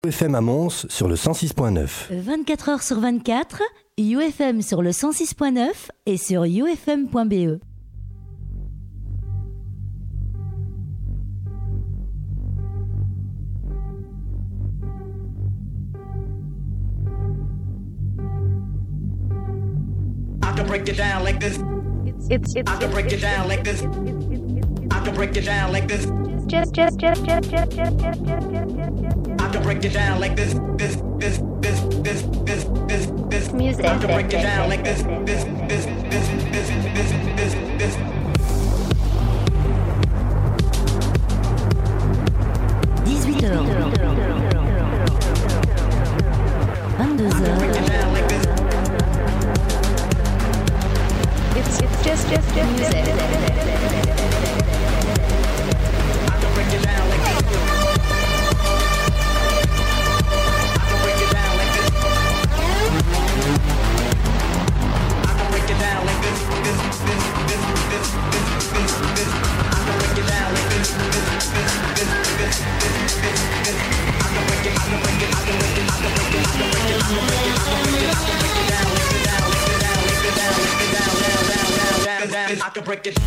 UFM à Mons sur le 106.9. 24 heures sur 24, UFM sur le 106.9 et sur ufm.be. I can break it down like this. I can break it down like this. I can break it down like this. I can break it down like this. Music. I can break it down like this. 18h. 22h. It's just music. I can break it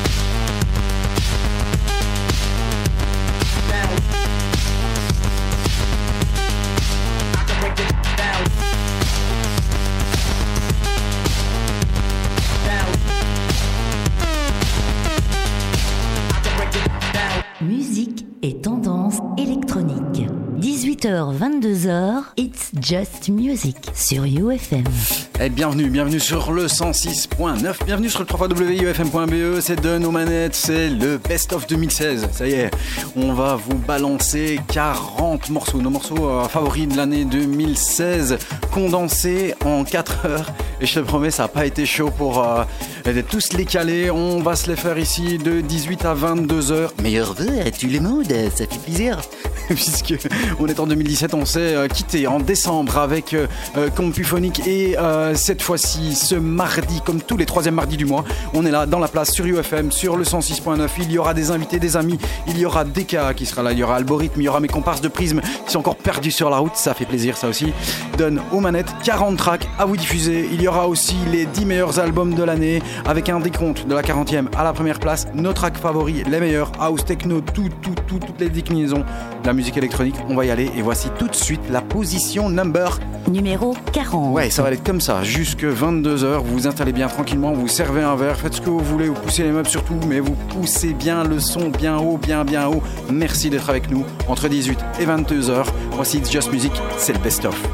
Musique et tendance électronique. 18h, 22h, It's Just Music sur UFM. Et bienvenue sur le 106.9, bienvenue sur le www.ufm.be, c'est Don aux manettes, c'est le Best of 2016, ça y est, on va vous balancer 40 morceaux, nos morceaux favoris de l'année 2016, condensés en 4 heures, et je te promets, ça n'a pas été chaud pour tous les caler, on va se les faire ici de 18 à 22h, meilleur vœu à tous les modes, ça fait plaisir. Puisque on est en 2017, on s'est quitté en décembre avec Compuphonique et cette fois-ci, ce mardi, comme tous les troisièmes mardis du mois, on est là dans la place sur UFM, sur le 106.9. Il y aura des invités, des amis, il y aura DK qui sera là, il y aura Algorithme, il y aura mes comparses de Prisme qui sont encore perdus sur la route, ça fait plaisir ça aussi. Donne aux manettes 40 tracks à vous diffuser. Il y aura aussi les 10 meilleurs albums de l'année avec un décompte de la 40e à la première place, nos tracks favoris, les meilleurs, house, techno, toutes les déclinaisons de la musique électronique. On va y aller et voici tout de suite la position numéro 40. Ouais, ça va être comme ça, jusque 22h, vous vous installez bien tranquillement, vous servez un verre, faites ce que vous voulez, vous poussez les meubles surtout, mais vous poussez bien le son bien haut. Merci d'être avec nous entre 18 et 22h. Voici It's Just Music, c'est le best of.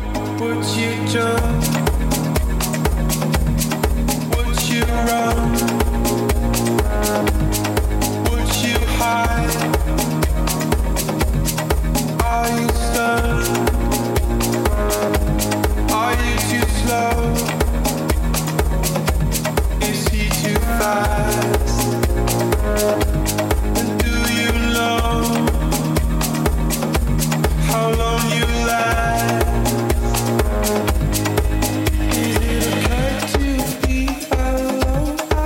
Are you too slow? Is he too fast? And do you know how long you last? Is it okay to be alone?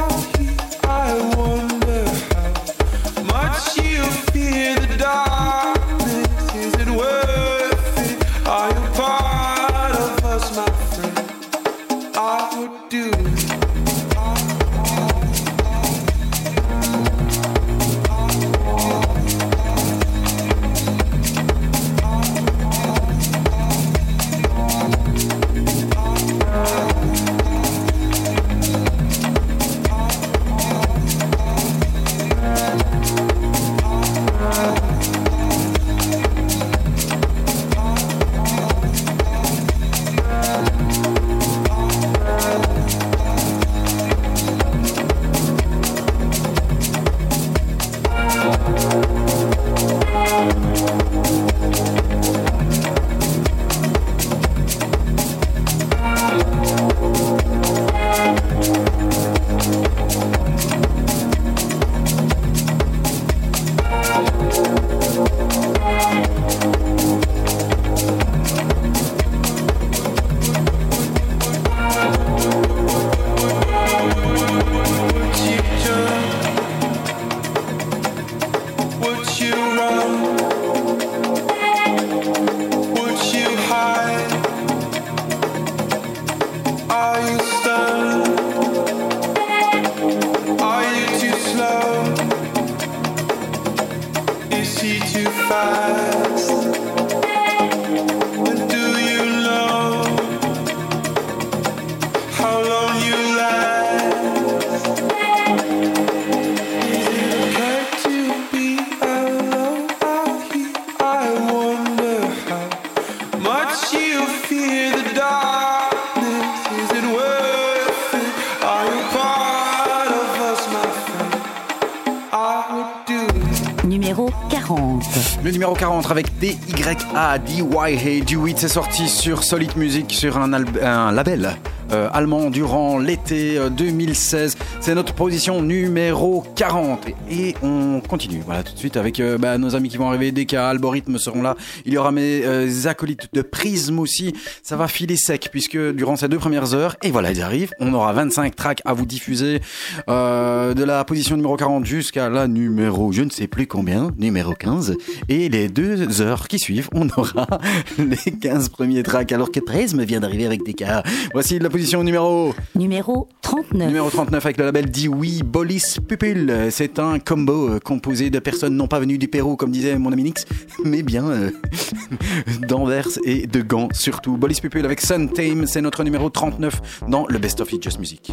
40. Le numéro 40 avec DYA, du 8, c'est sorti sur Solid Music, sur un label allemand durant l'été 2016. C'est notre position numéro 40. Et on continue, voilà, tout de suite avec nos amis qui vont arriver. DK, Algorithme seront là. Il y aura mes acolytes de Prism aussi. Ça va filer sec puisque durant ces 2 premières heures, et voilà, ils arrivent. On aura 25 tracks à vous diffuser de la position numéro 40 jusqu'à la numéro, je ne sais plus combien, numéro 15. Et les 2 heures qui suivent, on aura les 15 premiers tracks alors que Prism vient d'arriver avec DK. Voici la position numéro 39. Numéro 39 avec le label Dewey, Bolis Pupul. C'est un combo composé de personnes non pas venues du Pérou comme disait mon ami Nix, mais bien d'Anvers et de Gand surtout. Bolis Pupul avec Sun Tame, c'est notre numéro 39 dans le Best of It's Just Music.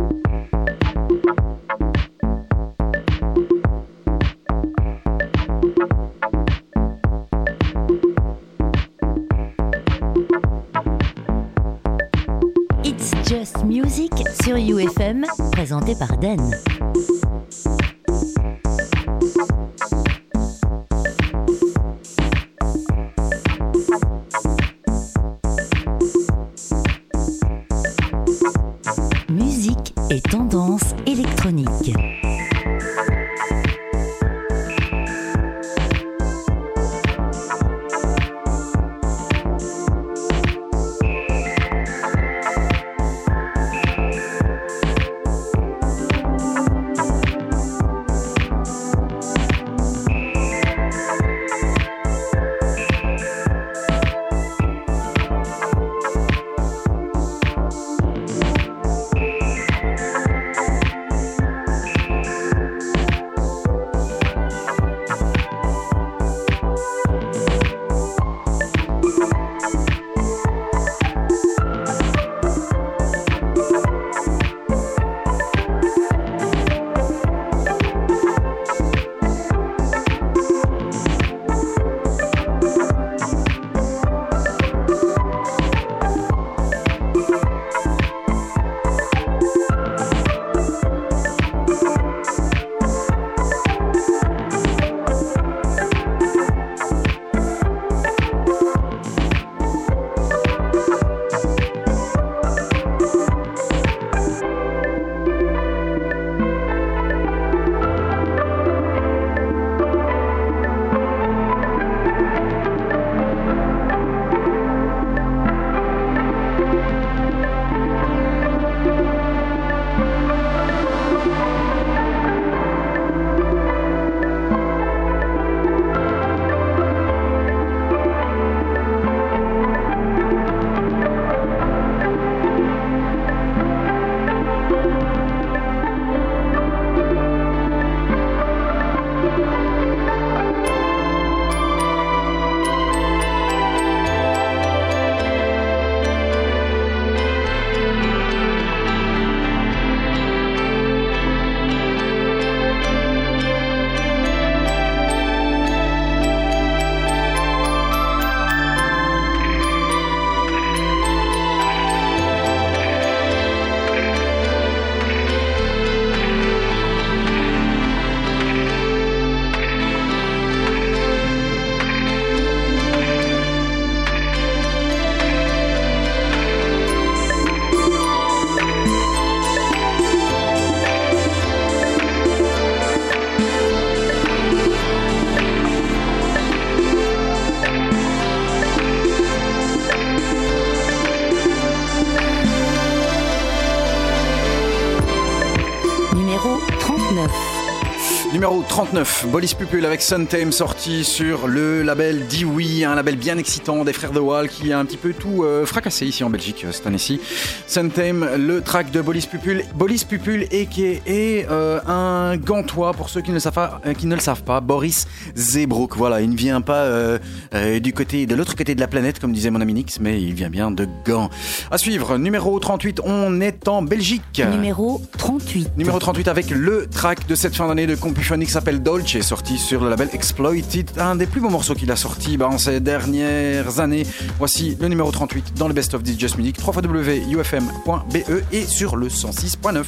It's Just Music sur UFM, présenté par Den. Musique et tendance électronique. Numéro 39, Bolis Pupul avec Sun Tame, sorti sur le label Dewey, un label bien excitant des frères de Wall qui a un petit peu tout fracassé ici en Belgique cette année-ci. Sun Tame, le track de Bolis Pupul et un gantois pour ceux qui ne le savent pas, Boris Zebrook. Voilà, il ne vient pas de l'autre côté de la planète comme disait mon ami Nix, mais il vient bien de Gand. À suivre, numéro 38, on est en Belgique. Numéro 38. Numéro 38 avec le track de cette fin d'année de Compufonic qui s'appelle Dolce, sorti sur le label Exploited, un des plus beaux morceaux qu'il a sorti en ces dernières années. Voici le numéro 38 dans le Best of It's Just Music, www.ufm.be et sur le 106.9.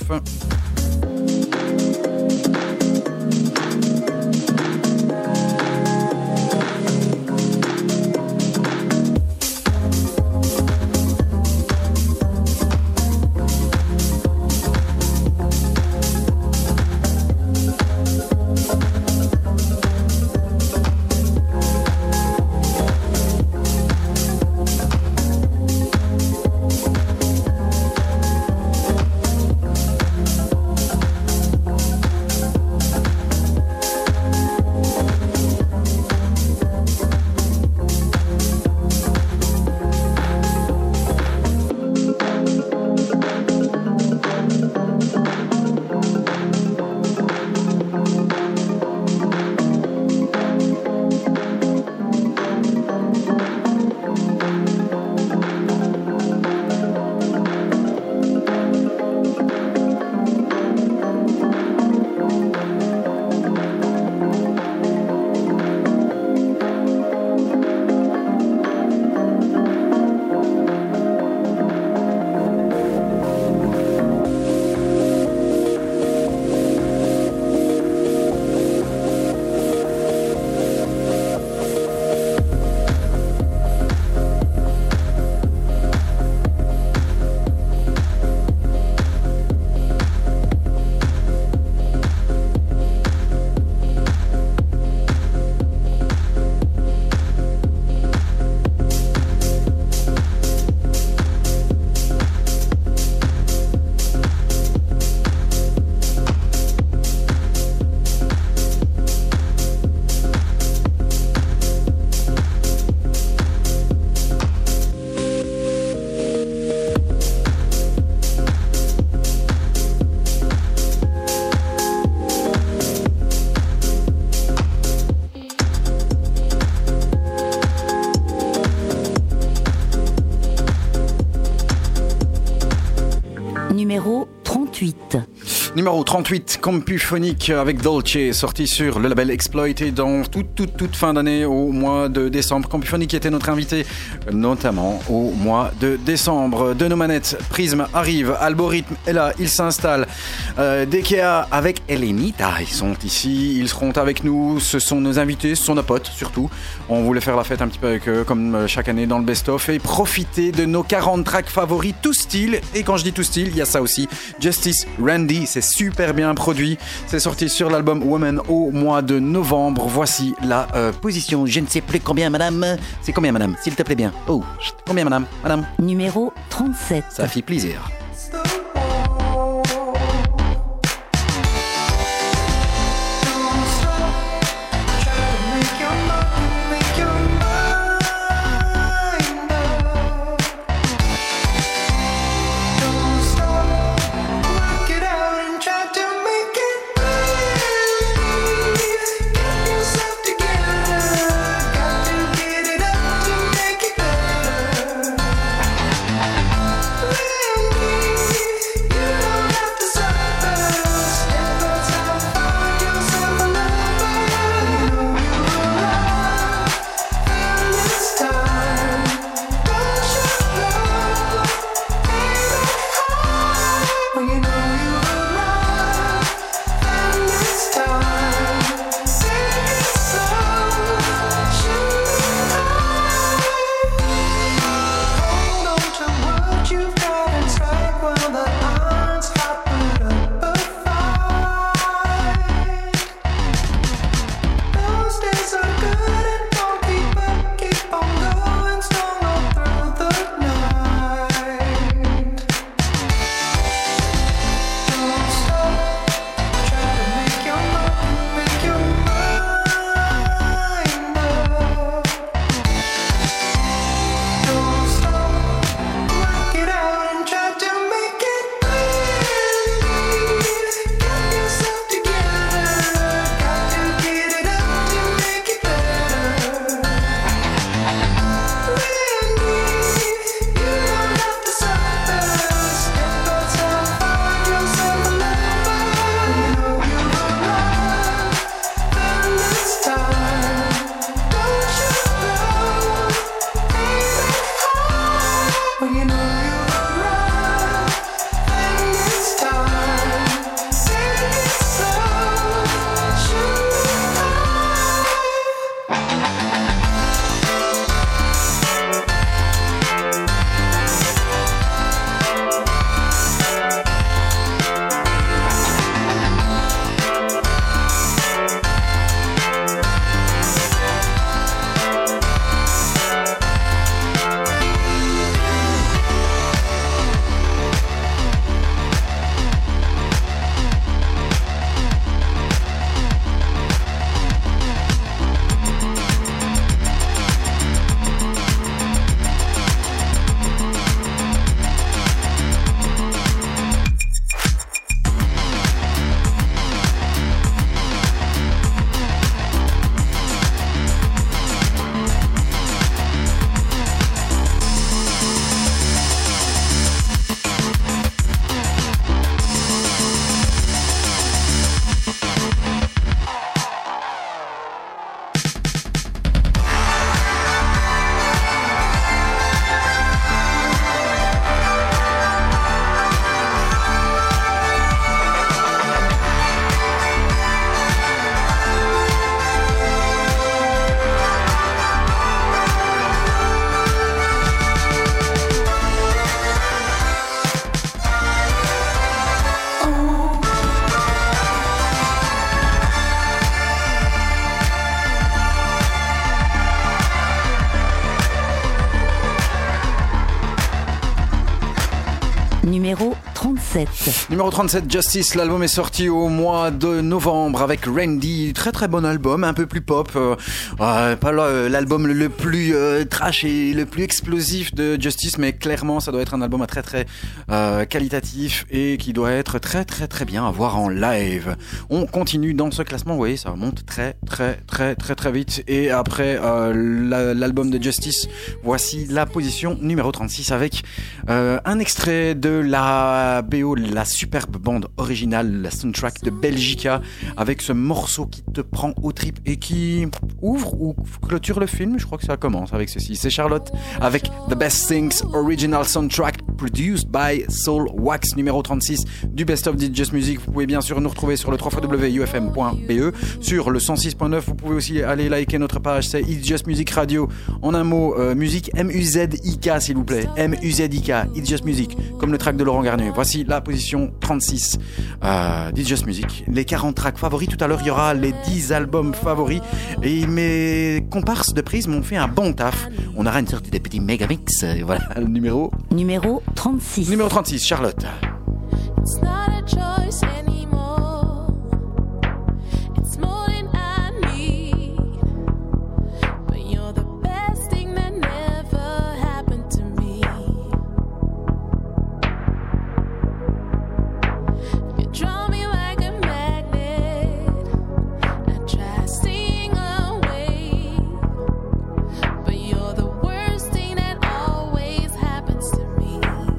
Numéro 38. Numéro 38, Compuphonic avec Dolce, sorti sur le label Exploited dans toute fin d'année au mois de décembre. Compuphonic était notre invité, notamment au mois de décembre. De nos manettes, Prism arrive, Algorithme est là, il s'installe. DKA avec Elenita, ils sont ici, ils seront avec nous, ce sont nos invités, ce sont nos potes surtout. On voulait faire la fête un petit peu avec eux, comme chaque année dans le best-of, et profiter de nos 40 tracks favoris, tout style. Et quand je dis tout style, il y a ça aussi. Justice, Randy, c'est super bien produit. C'est sorti sur l'album Woman au mois de novembre. Voici la position. Je ne sais plus combien, madame. C'est combien, madame? S'il te plaît bien. Oh, combien, madame? Madame. Numéro 37. Ça fait plaisir. Numéro 37. Numéro 37, Justice. L'album est sorti au mois de novembre avec Randy. Très très bon album, un peu plus pop. Pas l'album le plus trash et le plus explosif de Justice, mais clairement ça doit être un album très très qualitatif et qui doit être très très très bien à voir en live. On continue dans ce classement, vous voyez, ça monte très très très très très vite. Et après l'album de Justice, voici la position numéro 36 avec un extrait de la BO, la superbe bande originale, la soundtrack de Belgica, avec ce morceau qui te prend aux tripes et qui ouvre ou clôture le film. Je crois que ça commence avec ceci. C'est Charlotte avec The Best Things Original Soundtrack Produced by Soul Wax, numéro 36 du Best of It's Just Music. Vous pouvez bien sûr nous retrouver sur le www.ufm.be, sur le 106.9. Vous pouvez aussi aller liker notre page, c'est It's Just Music Radio. En un mot, musique M-U-Z-I-K, s'il vous plaît. M-U-Z-I-K, It's Just Music, comme le track de Laurent Garnier. Voici la position 36 d'It's Just Music. Les 40 tracks favoris. Tout à l'heure, il y aura les 10 albums favoris. Et mes comparses de Prisme ont fait un bon taf. On aura une sorte de petit mégamix. Et voilà, le numéro 36. Numéro 36, Charlotte. It's not a choice anymore. It's more than I need. But you're the best thing that never happened to me. You draw me like a magnet. I try staying away. But you're the worst thing that always happens to me.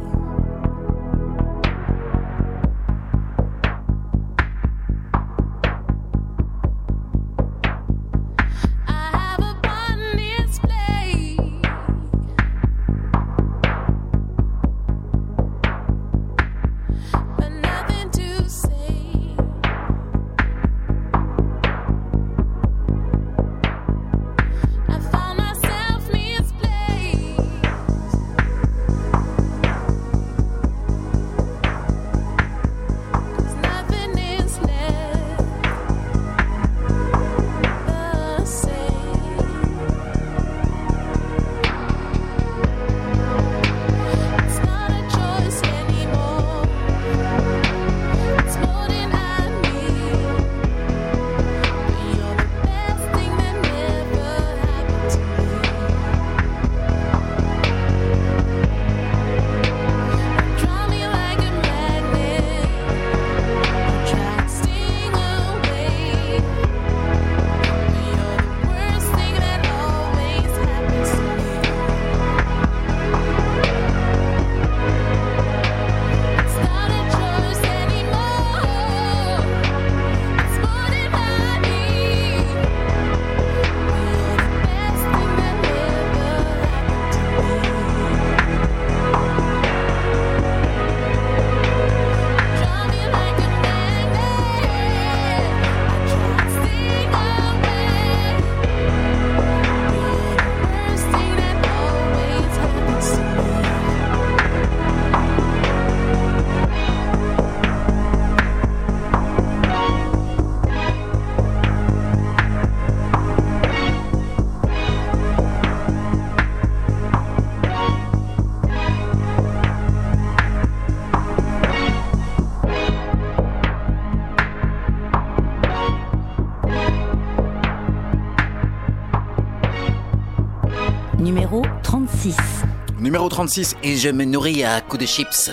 Numéro 36. Numéro 36, et je me nourris à coups de chips.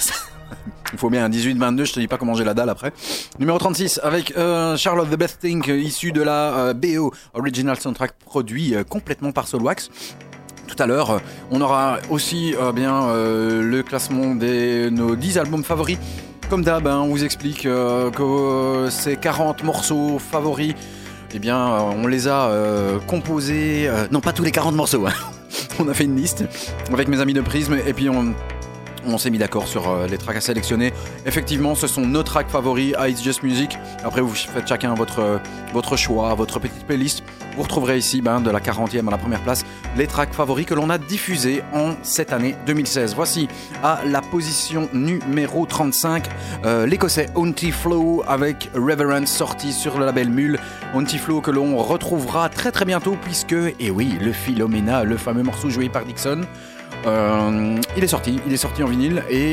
Il faut bien un 18-22, je te dis pas comment j'ai la dalle après. Numéro 36 avec Charlotte The Best Thing, issu de la BO Original Soundtrack, produit complètement par Soul Wax. Tout à l'heure, on aura aussi le classement de nos 10 albums favoris. Comme d'hab, on vous explique que ces 40 morceaux favoris, eh bien, on les a composés... non, pas tous les 40 morceaux, hein. On a fait une liste avec mes amis de Prisme et puis on s'est mis d'accord sur les tracks à sélectionner. Effectivement, ce sont nos tracks favoris à It's Just Music. Après, vous faites chacun votre choix, votre petite playlist. Vous retrouverez ici, de la 40e à la première place, les tracks favoris que l'on a diffusés en cette année 2016. Voici à la position numéro 35, l'Écossais Auntie Flo avec Reverence, sorti sur le label Mule. Auntie Flo que l'on retrouvera très très bientôt puisque, et oui, le Philomena, le fameux morceau joué par Dixon, il est sorti en vinyle et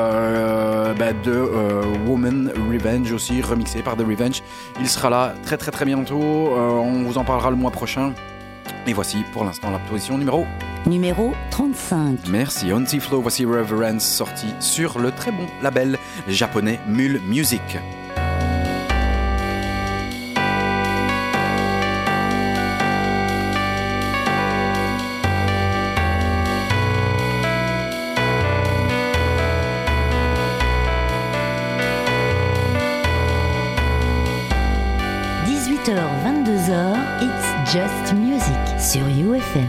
de Woman Revenge aussi, remixé par The Revenge. Il sera là très très très bientôt, on vous en parlera le mois prochain. Et voici pour l'instant la position numéro 35. Merci Auntie Flo, voici Reverence, sorti sur le très bon label japonais Mule Music. sur UFM.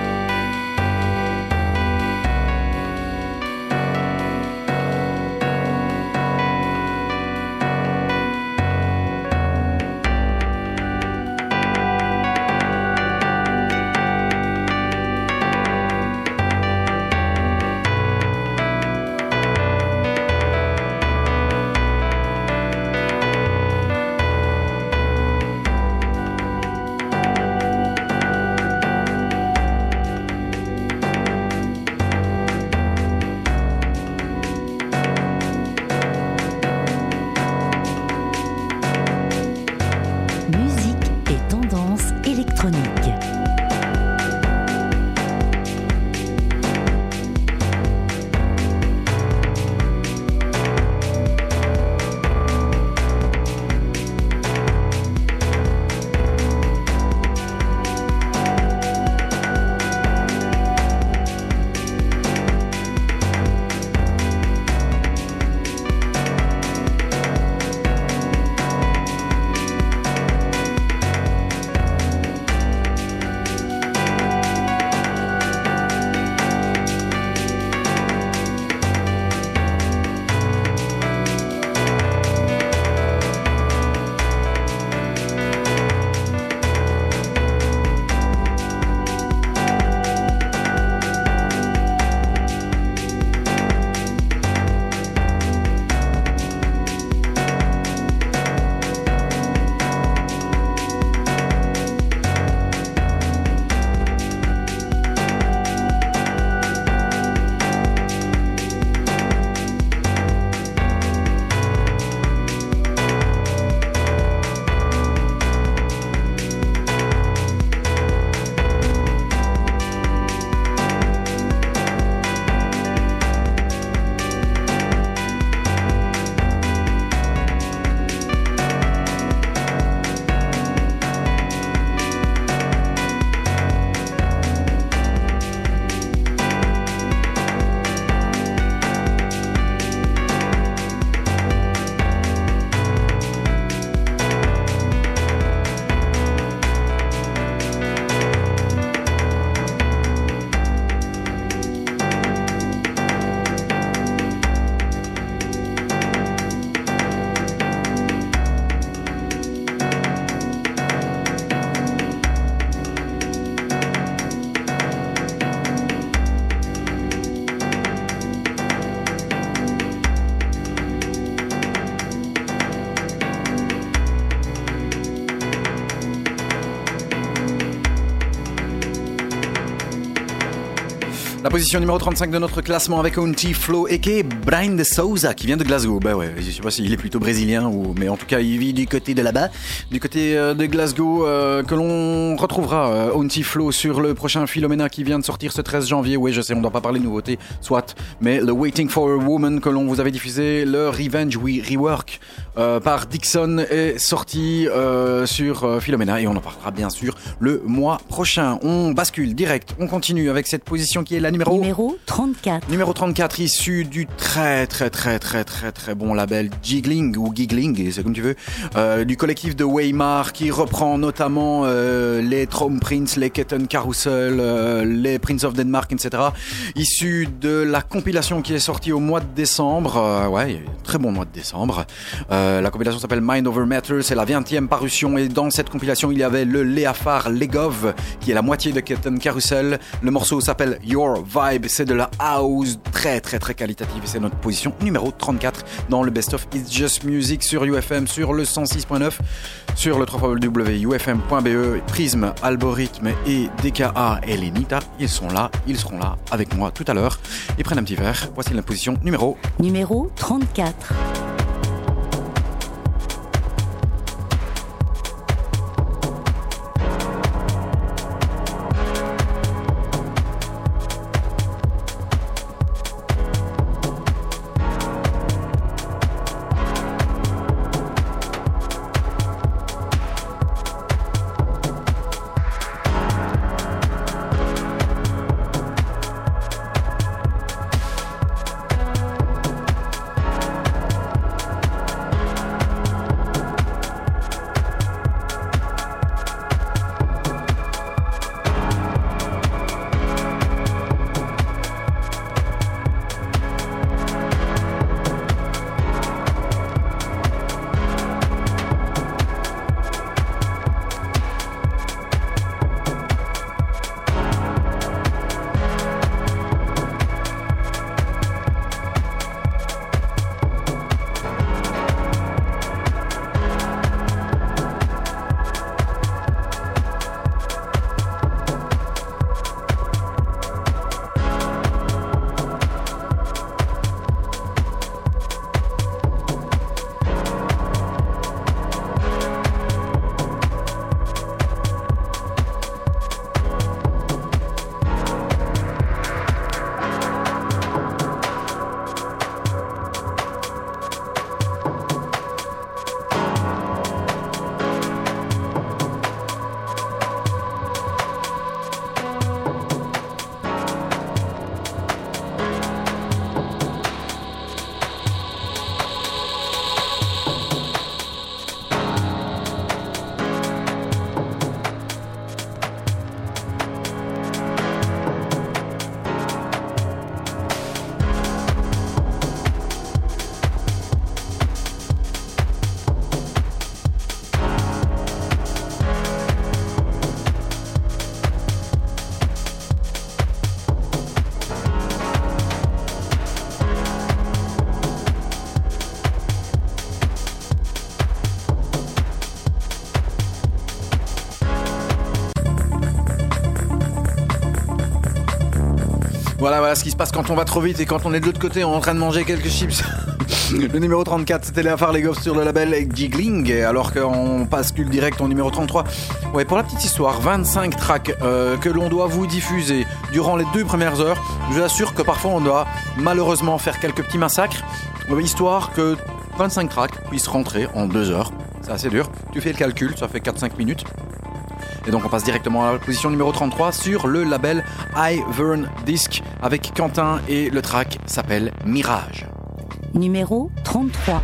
La position numéro 35 de notre classement avec Auntie Flo et Brian de Souza qui vient de Glasgow. Bah ouais, je sais pas s'il est plutôt brésilien mais en tout cas il vit du côté de là-bas, du côté de Glasgow, que l'on retrouvera Auntie Flo sur le prochain Philomena qui vient de sortir ce 13 janvier. Oui, je sais, on ne doit pas parler de nouveautés, soit, mais le Waiting for a Woman que l'on vous avait diffusé, le Revenge We Rework par Dixon est sorti sur Philomena et on en parlera bien sûr le mois prochain. On bascule direct, on continue avec cette position qui est la numéro 34. Numéro 34, issu du très bon label Giggling ou Giggling, c'est comme tu veux, du collectif de Weimar qui reprend notamment les Traum Prince, les Ketten Carousel, les Prince of Denmark, etc. Issu de la compilation qui est sortie au mois de décembre, très bon mois de décembre. La compilation s'appelle Mind Over Matter, c'est la 20e parution et dans cette compilation il y avait le Leafar Legov qui est la moitié de Ketten Carousel. Le morceau s'appelle Your Vibe, c'est de la house très qualitative et c'est notre position numéro 34 dans le Best of It's Just Music sur UFM, sur le 106.9, sur le www.ufm.be. Prism, Algorithme et DKA et Lenita, ils seront là avec moi tout à l'heure. Ils prennent un petit verre. Voici la position numéro 34. Voilà ce qui se passe quand on va trop vite et quand on est de l'autre côté en train de manger quelques chips. Le numéro 34, c'était Léa Farlegoff sur le label Giggling, alors qu'on bascule direct au numéro 33. Ouais, pour la petite histoire, 25 tracks que l'on doit vous diffuser durant les 2 premières heures. Je vous assure que parfois on doit malheureusement faire quelques petits massacres, histoire que 25 tracks puissent rentrer en 2 heures. C'est assez dur. Tu fais le calcul, ça fait 4-5 minutes. Et donc on passe directement à la position numéro 33 sur le label Ivern Disc avec Quentin et le track s'appelle Mirage. Numéro 33.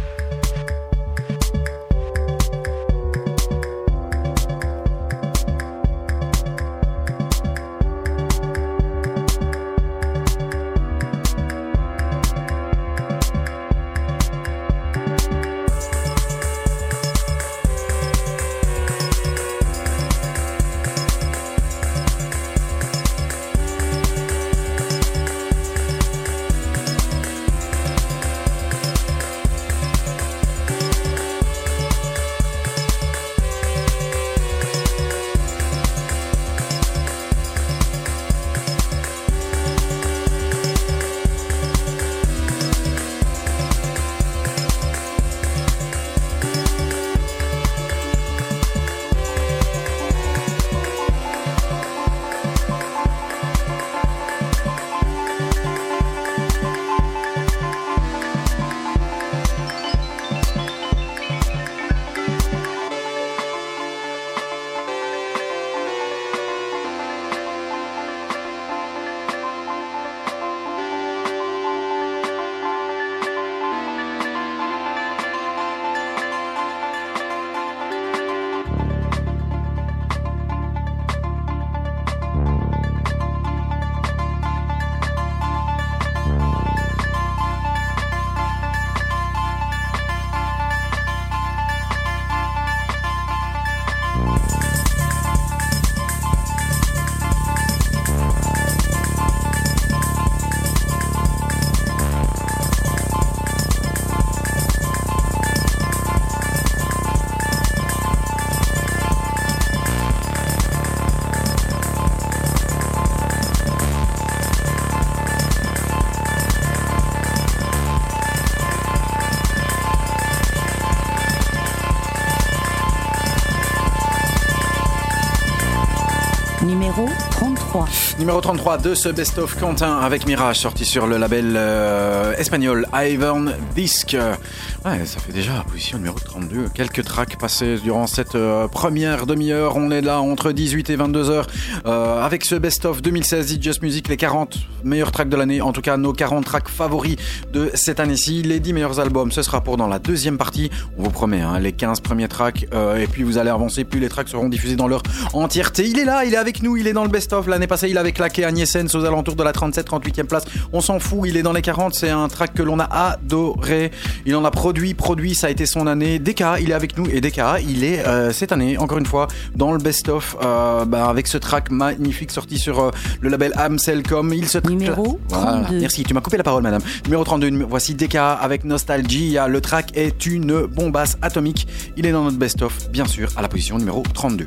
Numéro 33. Numéro 33 de ce best-of Quentin avec Mirage, sorti sur le label espagnol Ivern Disc. Ouais, ça fait déjà la position numéro 32. Quelques tracks passés durant cette première demi-heure. On est là entre 18 et 22 heures avec ce best-of 2016 It's Just Music, les 40 meilleurs tracks de l'année. En tout cas, nos 40 tracks favoris de cette année-ci. Les 10 meilleurs albums, ce sera pour dans la deuxième partie. On vous promet, hein, les 15 premiers tracks. Et puis vous allez avancer, plus les tracks seront diffusés dans leur entièreté. Il est là, il est avec nous, il est dans le best-of. L'année passée, il avait claqué Agnès Sens aux alentours de la 37-38e place. On s'en fout, il est dans les 40. C'est un track que l'on a adoré. Il en a produit, ça a été son année. DK, il est avec nous. Et DK, il est cette année, encore une fois, dans le best-of avec ce track magnifique sorti sur le label Amselcom. Il se Numéro 32. Voilà. Merci, tu m'as coupé la parole, madame. Numéro 32, voici DK avec Nostalgie. Le track est une bombasse atomique. Il est dans notre best-of, bien sûr, à la position numéro 32.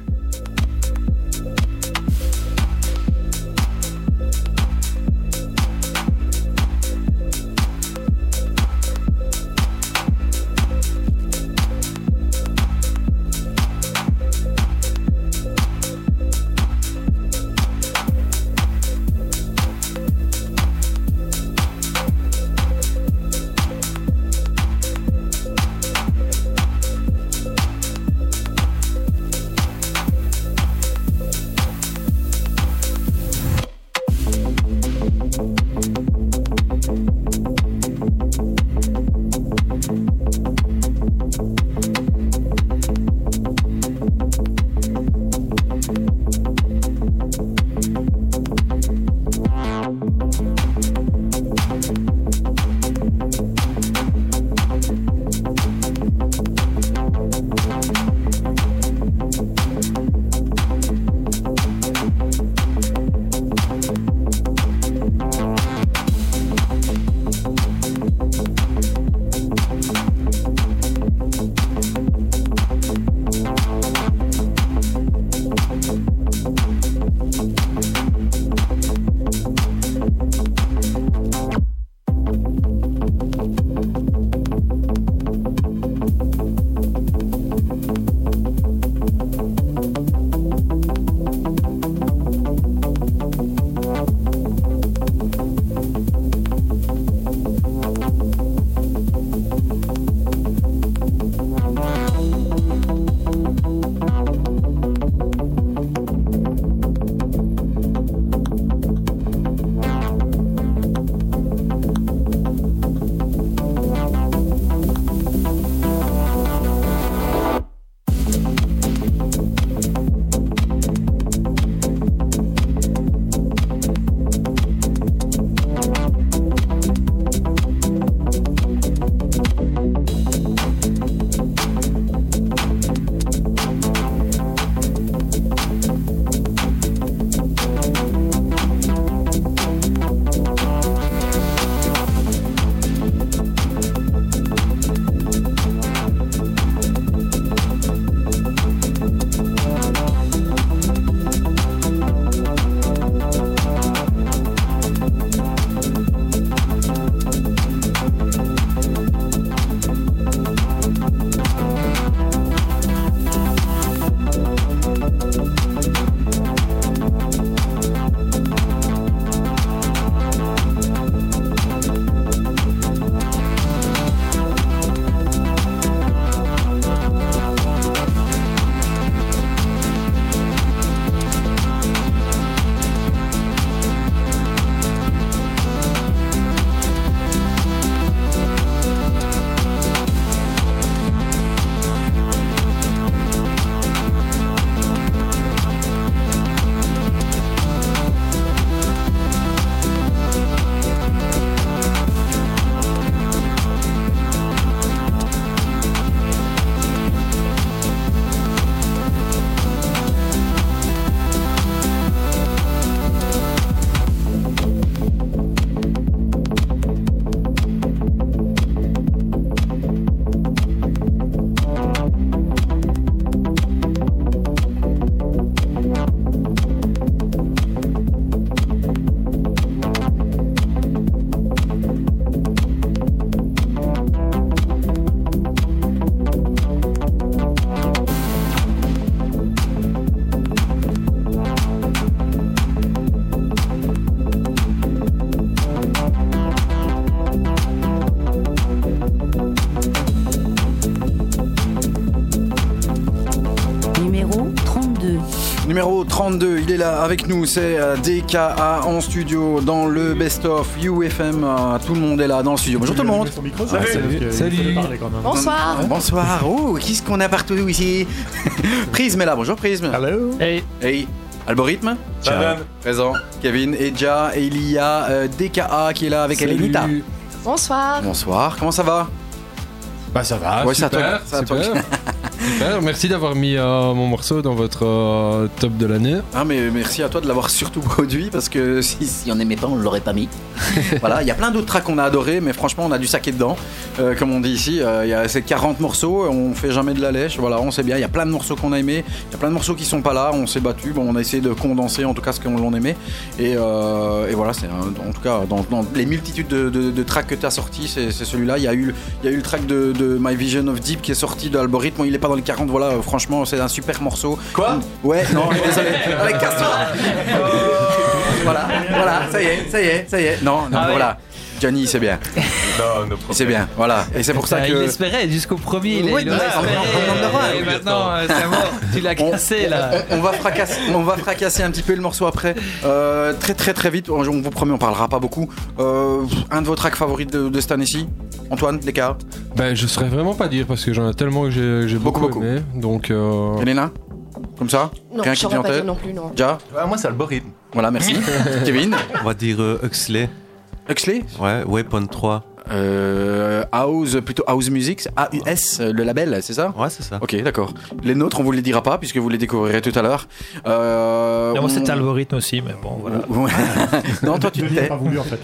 Numéro 32, il est là avec nous, c'est DKA en studio dans le Best of UFM. Tout le monde est là dans le studio. Bonjour tout le monde. Salut. Bonsoir. Bonsoir. Oh, qu'est-ce qu'on a partout ici? Prisme est là. Bonjour Prisme. Hello. Hey. Algorithme. Ciao. Présent. Kevin, Eja et il y a DKA qui est là avec Elenita. Bonsoir. Bonsoir. Comment ça va? Bah ça va, Ouais, super, ça a toi. super. Merci d'avoir mis mon morceau dans votre top de l'année. Ah mais merci à toi de l'avoir surtout produit parce que si on n'aimait pas on l'aurait pas mis. Voilà, il y a plein d'autres tracks qu'on a adorés mais franchement on a du saké dedans. Comme on dit ici, il y a ces 40 morceaux, on fait jamais de la lèche, voilà, on sait bien, il y a plein de morceaux qu'on a aimés, il y a plein de morceaux qui sont pas là, on s'est battu, bon, on a essayé de condenser en tout cas ce qu'on aimait et voilà, c'est en tout cas dans les multitudes de tracks que tu as sortis, c'est celui-là, il y a eu le track de My Vision of Deep qui est sorti de l'algorithme, il est pas dans les 40, voilà, franchement c'est un super morceau. Quoi? Ouais, non, désolé. Allez, casse-toi. Voilà, ça y est. Non, voilà. Johnny, c'est bien. Non, C'est bien, voilà. Et c'est pour ça que. Il espérait jusqu'au premier, il Oui, aurait espéré. Et maintenant, c'est mort. Tu l'as cassé là. On va fracasser un petit peu le morceau après. Très vite. On vous promet, on parlera pas beaucoup. Un de vos tracks favoris de cette année-ci, Antoine, Descartes. Ben je saurais vraiment pas dire parce que j'en ai tellement que j'ai beaucoup aimé. Donc. Elena, comme ça. Non, Rien je qui te vient en saurais pas tête. dire non plus, non. Ja. Moi, c'est Algorithme. Voilà, merci. Kevin. On va dire Huxley. Huxley. Ouais, Weapon 3. Plutôt House Music, AUS, le label, c'est ça? Ouais, c'est ça. Ok, d'accord. Les nôtres, on vous les dira pas puisque vous les découvrirez tout à l'heure. Moi, c'est Algorithme aussi, mais bon, voilà. Non, toi, tu te tais. pas voulu en fait.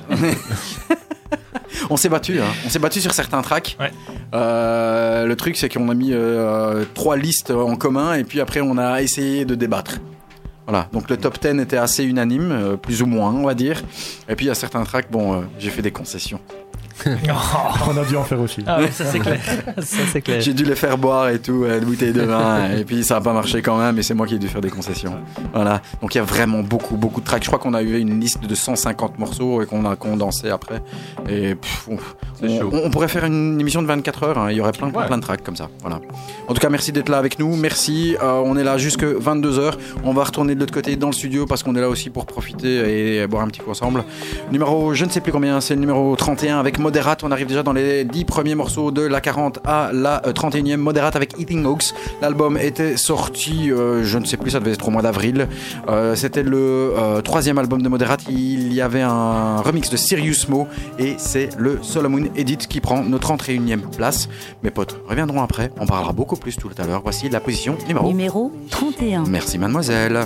On s'est battu, sur certains tracks. Ouais. Le truc, c'est qu'on a mis 3 listes en commun et puis après, on a essayé de débattre. Voilà, donc le top 10 était assez unanime, plus ou moins, on va dire. Et puis il y a certains tracks, j'ai fait des concessions. On a dû en faire aussi. Ah oui, ça c'est clair. J'ai dû les faire boire et tout, une bouteille de vin, et puis ça n'a pas marché quand même, et c'est moi qui ai dû faire des concessions. Voilà, donc il y a vraiment beaucoup de tracks. Je crois qu'on a eu une liste de 150 morceaux et qu'on a condensé après. Et on pourrait faire une émission de 24 heures, hein. Il y aurait plein de tracks comme ça. Voilà. En tout cas, merci d'être là avec nous, merci. On est là jusque 22h. On va retourner de l'autre côté dans le studio parce qu'on est là aussi pour profiter et boire un petit coup ensemble. Numéro, je ne sais plus combien, c'est le numéro 31 avec Moderate. On arrive déjà dans les 10 premiers morceaux de la 40 à la 31e. Moderate avec Eating Oaks. L'album était sorti, je ne sais plus, ça devait être au mois d'avril. C'était le 3e album de Moderate. Il y avait un remix de Serious Mo et c'est le Solomon Edit qui prend notre 31e place. Mes potes reviendront après. On parlera beaucoup plus tout à l'heure. Voici la position numéro 31. Merci mademoiselle.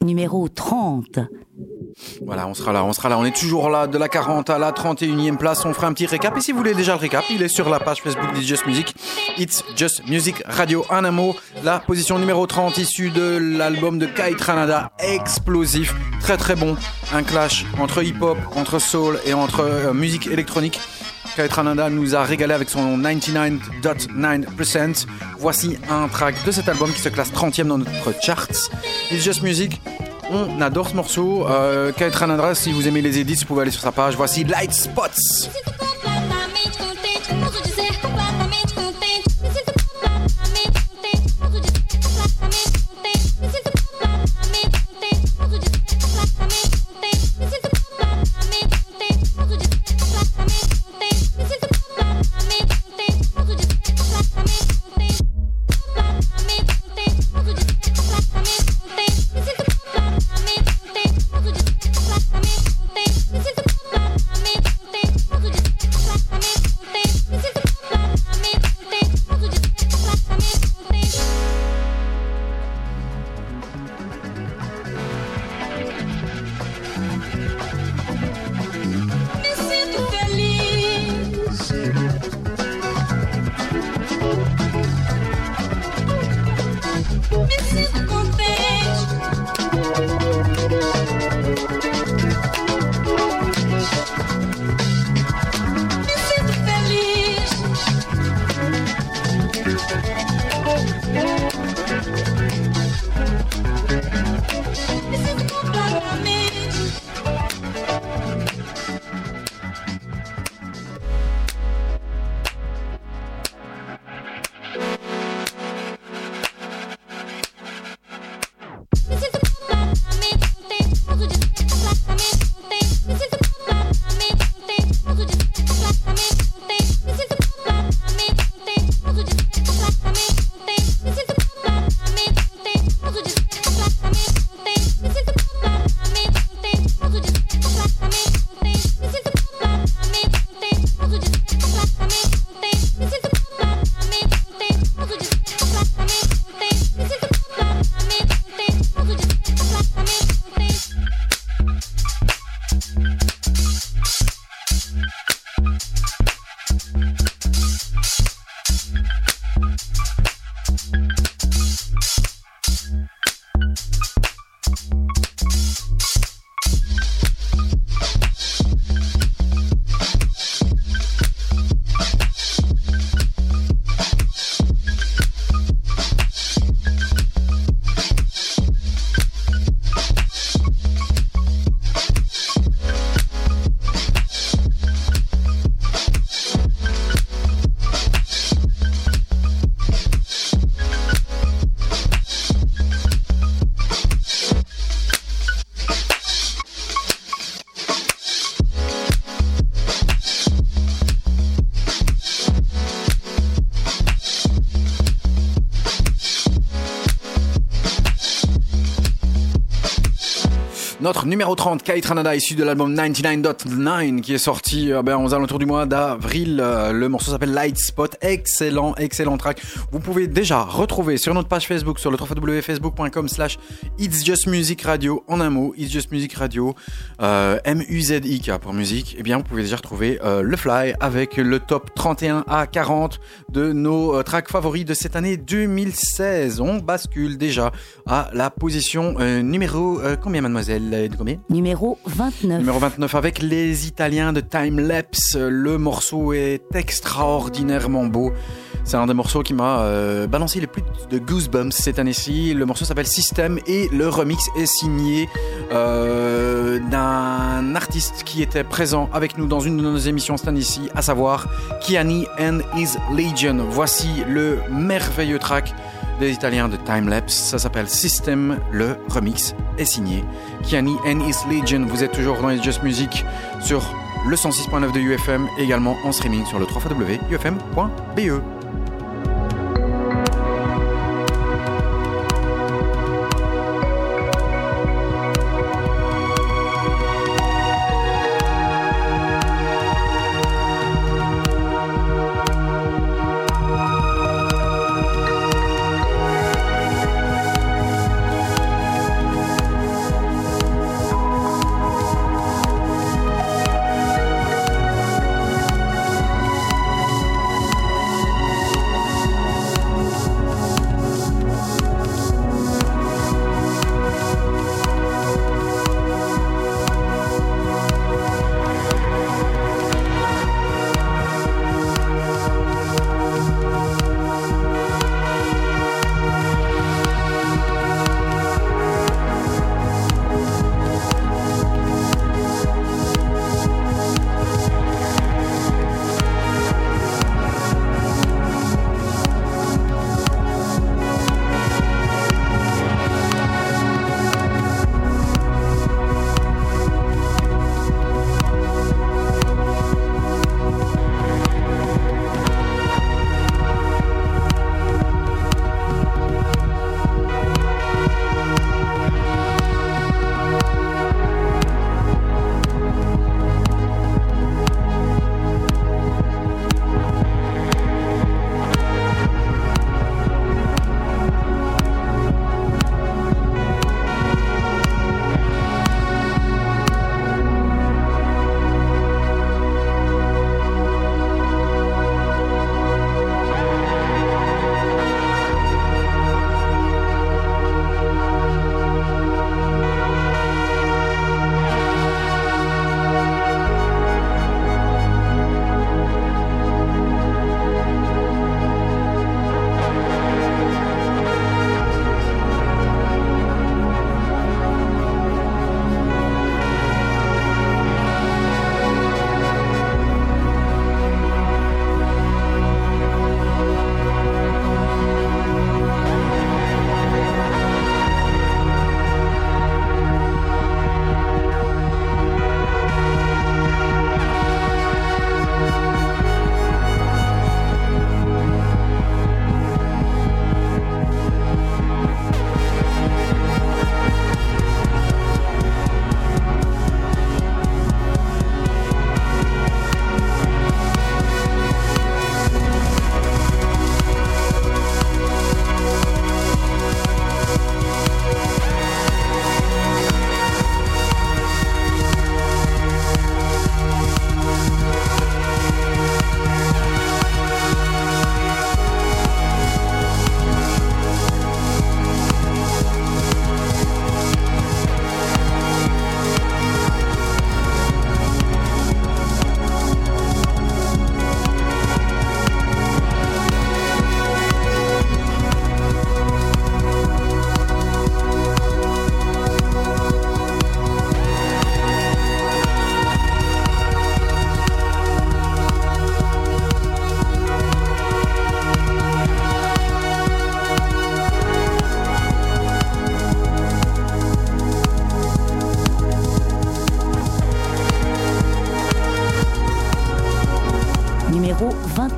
numéro 30. Voilà, on sera là, on est toujours là, de la 40 à la 31e place, on fera un petit récap, et si vous voulez déjà le récap, il est sur la page Facebook d'It's Just Music, It's Just Music Radio, en un mot, la position numéro 30, issue de l'album de Kai Tranada, explosif, très très bon, un clash entre hip-hop, entre soul et entre musique électronique. Kai Tranada nous a régalé avec son 99.9%. Voici un track de cet album qui se classe 30e dans notre charts, It's Just Music. On adore ce morceau. Kai Tranada, si vous aimez les edits, vous pouvez aller sur sa page. Voici Light Spots. Notre numéro 30, Kai Tranada, issu de l'album 99.9 qui est sorti aux alentours du mois d'avril. Le morceau s'appelle Light Spot. Excellent track. Vous pouvez déjà retrouver sur notre page Facebook, sur le www.facebook.com/It's Just Music Radio, en un mot, It's Just Music Radio, MUZIK pour musique. Eh bien, vous pouvez déjà retrouver le fly avec le top 31 à 40 de nos tracks favoris de cette année 2016. On bascule déjà à la position numéro combien, mademoiselle? Combien? Numéro 29. Numéro 29 avec les Italiens de Time Lapse. Le morceau est extraordinairement beau. C'est un des morceaux qui m'a balancé les plus de goosebumps cette année-ci. Le morceau s'appelle System et le remix est signé d'un artiste qui était présent avec nous dans une de nos émissions cette année-ci, à savoir Kiani and His Legion. Voici le merveilleux track des Italiens de Time Lapse. Ça s'appelle System. Le remix est signé Kiani and His Legion. Vous êtes toujours dans It's Just Music sur le 106.9 de UFM, également en streaming sur le www.ufm.be.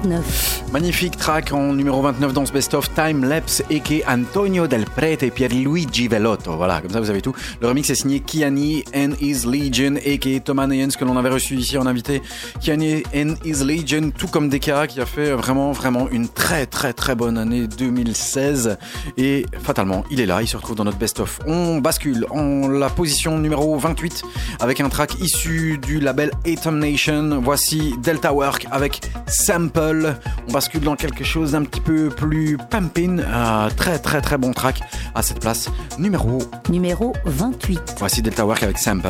29. Magnifique track en numéro 29 dans ce best-of, Time Lapse a.k.a. Antonio Del Prete et Pierluigi Velotto. Voilà, comme ça vous avez tout. Le remix est signé Kiani and His Legion a.k.a. Thomas Neyens, que l'on avait reçu ici en invité. Kiani and His Legion, tout comme DK, qui a fait vraiment une très bonne année 2016. Et fatalement, il est là, il se retrouve dans notre best-of. On bascule en la position numéro 28 avec un track issu du label Atom Nation. Voici Delta Work avec Sample. On bascule dans quelque chose d'un petit peu plus pumping. Très bon track à cette place. Numéro 28. Voici Delta Work avec Sample.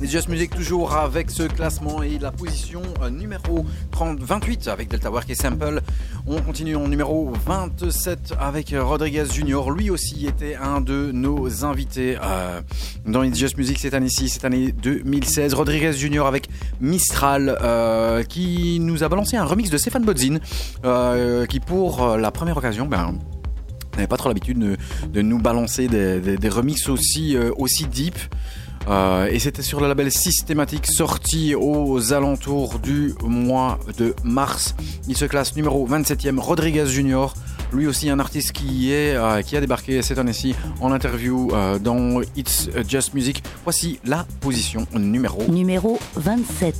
It's Just Music toujours avec ce classement et la position numéro 28 avec Delta Work et Sample. On continue en numéro 27 avec Rodriguez Junior. Lui aussi était un de nos invités dans It's Just Music cette année-ci, cette année 2016. Rodriguez Junior avec Mistral qui nous a balancé un remix de Stéphane Bodzin qui pour la première occasion n'avait pas trop l'habitude de nous balancer des remixes aussi deep. Et c'était sur le label Systématique, sorti aux alentours du mois de mars. Il se classe numéro 27e, Rodriguez Junior. Lui aussi un artiste qui a débarqué cette année-ci en interview dans It's Just Music. Voici la position numéro 27.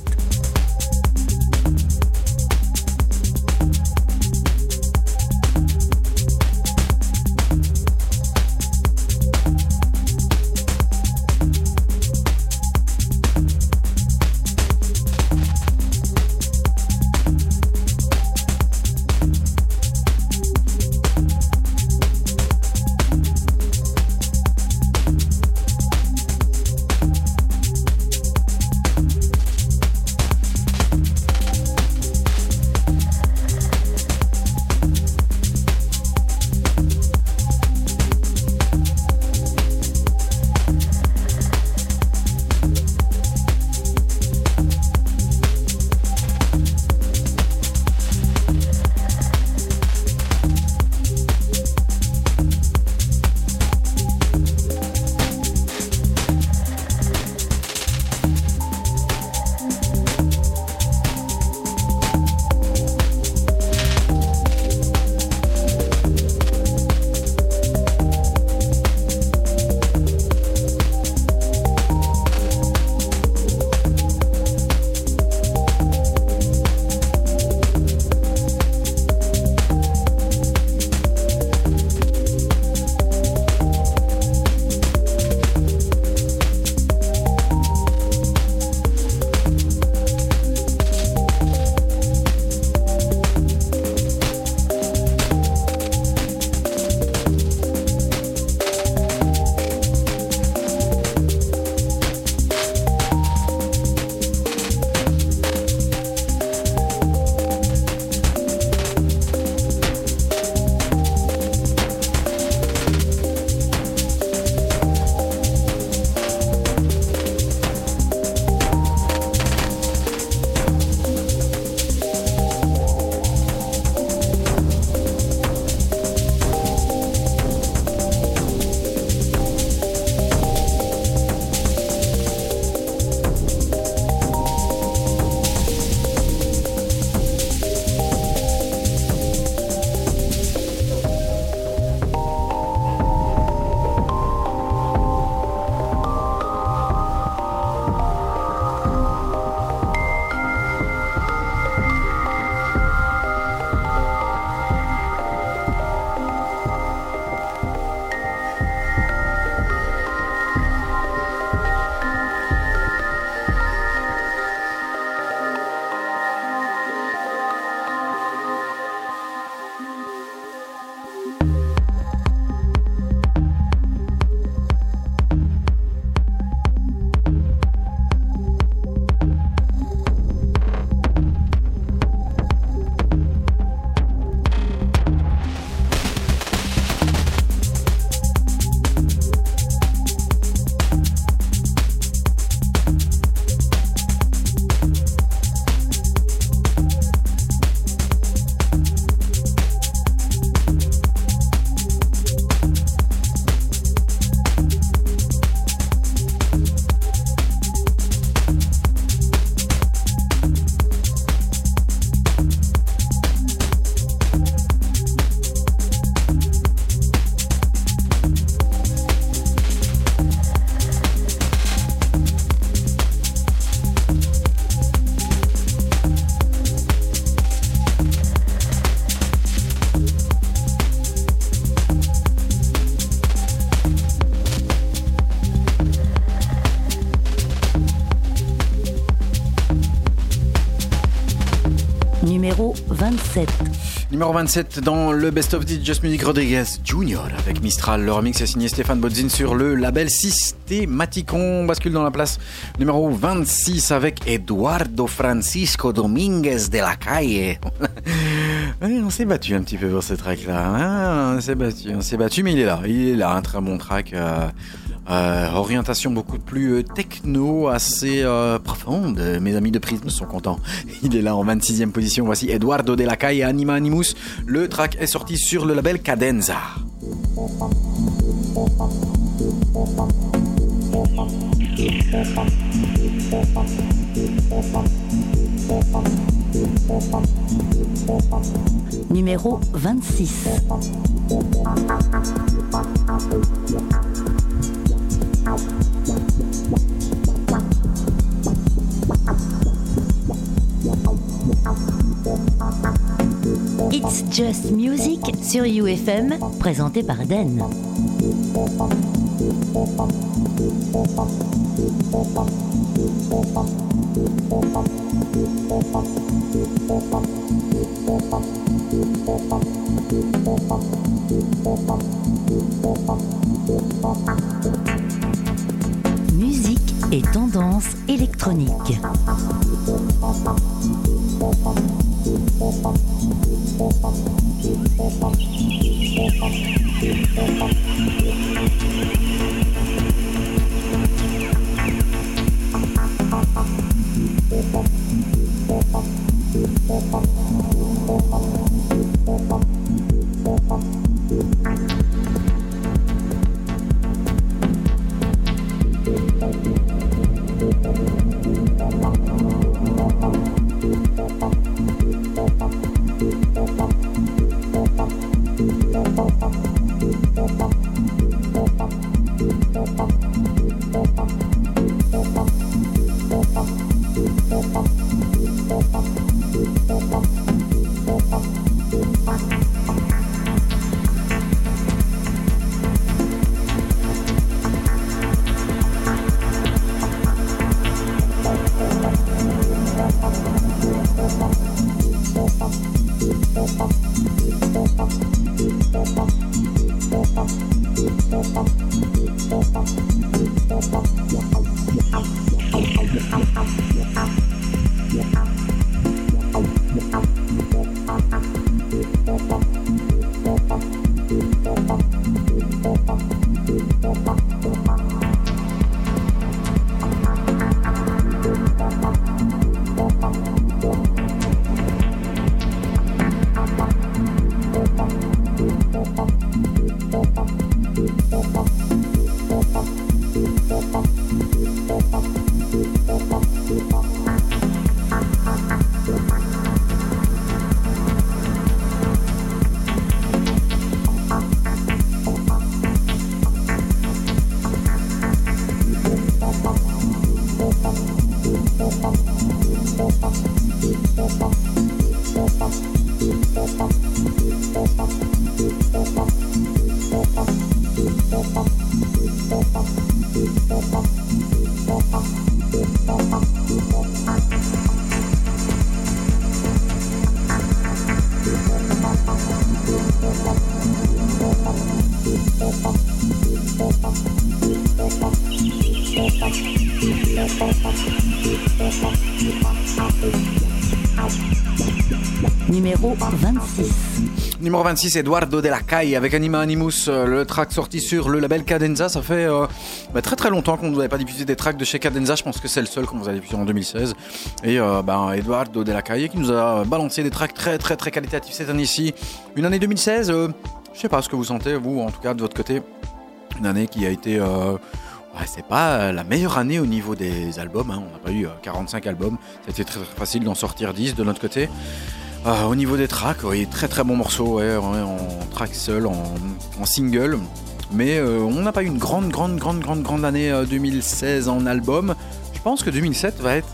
Numéro 27. Numéro 27 dans le Best of Just Music, Rodriguez Jr. avec Mistral. Le remix est signé Stéphane Bodzin sur le label Systématique. On bascule dans la place numéro 26 avec Eduardo Francisco Dominguez de la Calle. On s'est battu un petit peu pour ce track-là. Hein, on s'est battu, mais il est là, un très bon track. Orientation beaucoup plus techno, assez profonde. Mes amis de Prism sont contents. Il est là en 26e position. Voici Eduardo de la Calle, Anima Animus. Le track est sorti sur le label Cadenza. Numéro 26. It's Just Music sur UFM, présenté par Den. Musique et tendance électronique. Numéro 26. Numéro 26, Eduardo de la Calle avec Anima Animus, le track sorti sur le label Cadenza. Ça fait très très longtemps qu'on ne vous avait pas diffusé des tracks de chez Cadenza. Je pense que c'est le seul qu'on vous a diffusé en 2016. Et Eduardo de la Calle qui nous a balancé des tracks très très très qualitatifs cette année-ci. Une année 2016, je sais pas ce que vous sentez, vous en tout cas de votre côté. Une année qui a été... c'est pas la meilleure année au niveau des albums, hein. On n'a pas eu 45 albums. C'était très, très facile d'en sortir 10 de notre côté. Au niveau des tracks, oui, très très bons morceaux, en track seul, en single. Mais on n'a pas eu une grande année 2016 en album. Je pense que 2007 va être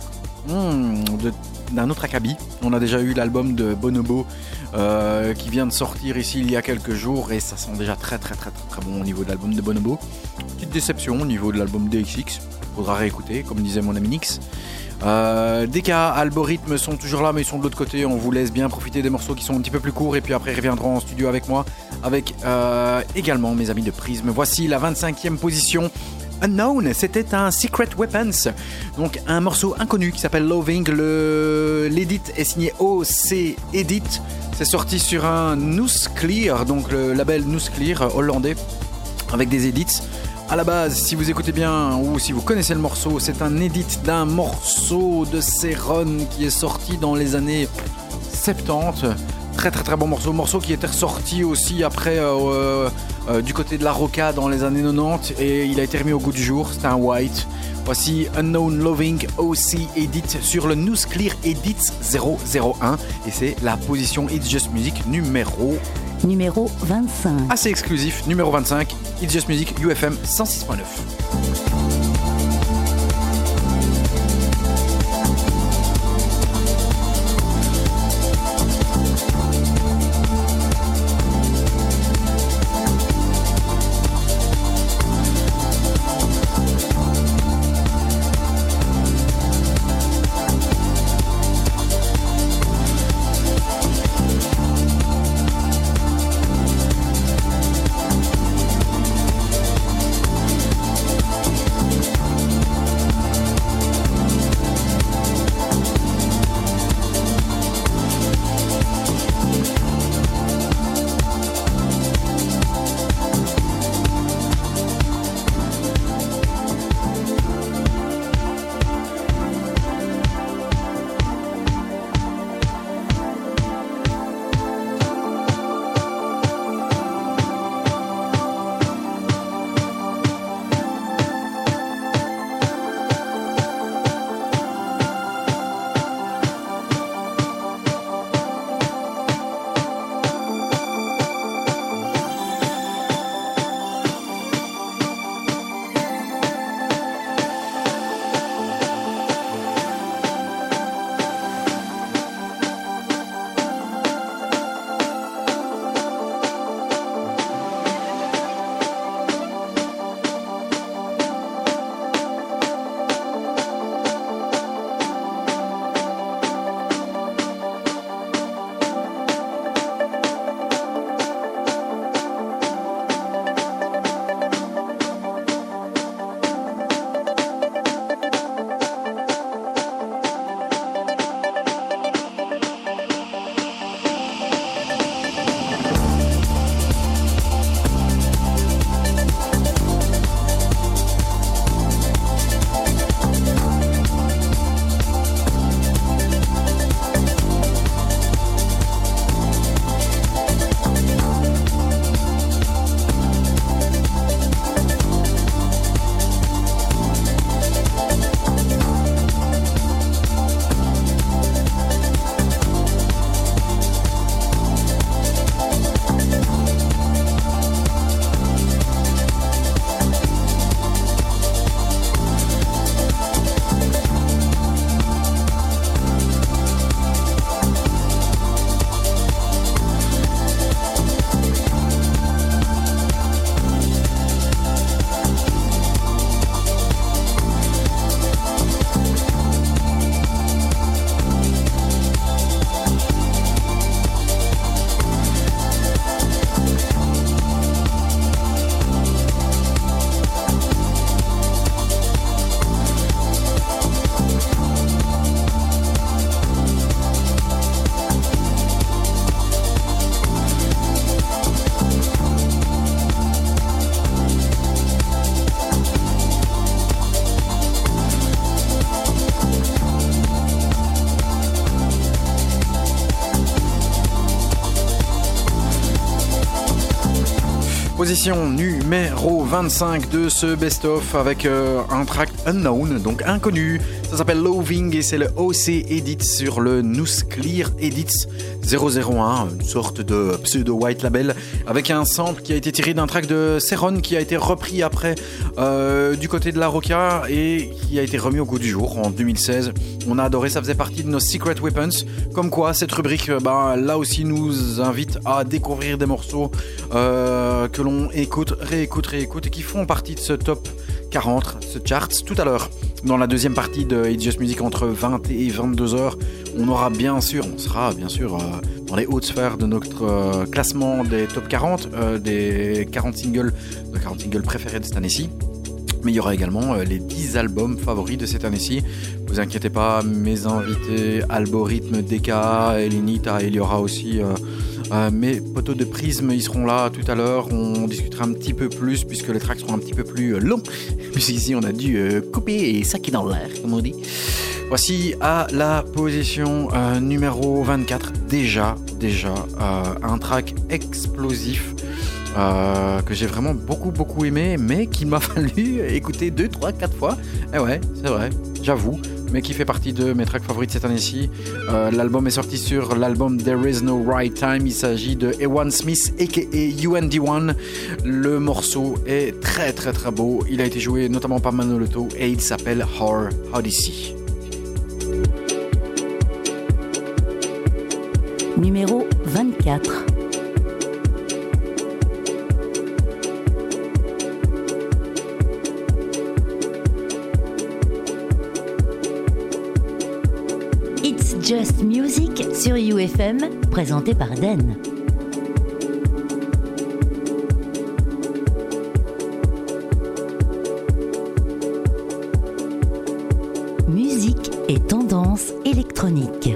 d'un autre acabit. On a déjà eu l'album de Bonobo qui vient de sortir ici il y a quelques jours et ça sent déjà très très très très bon au niveau de l'album de Bonobo. Petite déception au niveau de l'album DXX, faudra réécouter comme disait mon ami Nix. DK, Algorithme sont toujours là, mais ils sont de l'autre côté. On vous laisse bien profiter des morceaux qui sont un petit peu plus courts. Et puis après, ils reviendront en studio avec moi, avec également mes amis de Prism. Voici la 25e position. Unknown, c'était un Secret Weapons, donc un morceau inconnu qui s'appelle Loving. L'édit est signé OC Edit. C'est sorti sur un Nusklear, donc le label Nusklear hollandais, avec des edits. À la base, si vous écoutez bien ou si vous connaissez le morceau, c'est un edit d'un morceau de Seron qui est sorti dans les années 70. Très très très bon morceau qui était ressorti aussi après du côté de la Rocca dans les années 90 et il a été remis au goût du jour. C'était un white. Voici Unknown Loving OC Edit sur le Nusklear Edit 001 et c'est la position It's Just Music numéro 25. Assez exclusif, numéro 25, It's Just Music UFM 106.9. Position numéro 25 de ce best-of avec un track unknown, donc inconnu. Ça s'appelle Loving et c'est le OC Edit sur le Nusklear Edits 001, une sorte de pseudo-white label avec un sample qui a été tiré d'un track de Seron qui a été repris après du côté de la Rocca et qui a été remis au goût du jour en 2016. On a adoré, ça faisait partie de nos Secret Weapons. Comme quoi, cette rubrique, là aussi, nous invite à découvrir des morceaux que l'on écoute, réécoute et qui font partie de ce top 40, ce charts. Tout à l'heure, Dans la deuxième partie de It's Just Music entre 20 et 22h, on sera bien sûr dans les hautes sphères de notre classement des top 40, des 40 singles préférés de cette année-ci. Mais il y aura également les 10 albums favoris de cette année-ci. Vous inquiétez pas, mes invités, Algorithme, DK, Elinita, il y aura aussi mes poteaux de Prisme, ils seront là tout à l'heure. On discutera un petit peu plus puisque les tracks seront un petit peu plus longs. Puisqu'ici on a dû couper et saquer dans l'air, comme on dit. Voici à la position numéro 24, déjà un track explosif. Que j'ai vraiment beaucoup aimé, mais qu'il m'a fallu écouter 2, 3, 4 fois. Et ouais, c'est vrai, j'avoue, mais qui fait partie de mes tracks favoris de cette année-ci. L'album est sorti sur l'album There Is No Right Time. Il s'agit de Ewan Smith aka UND1. Le morceau est très beau. Il a été joué notamment par Manolito et il s'appelle Our Odyssey. Numéro 24. It's Just Music sur UFM, présenté par Den. Musique et tendance électronique.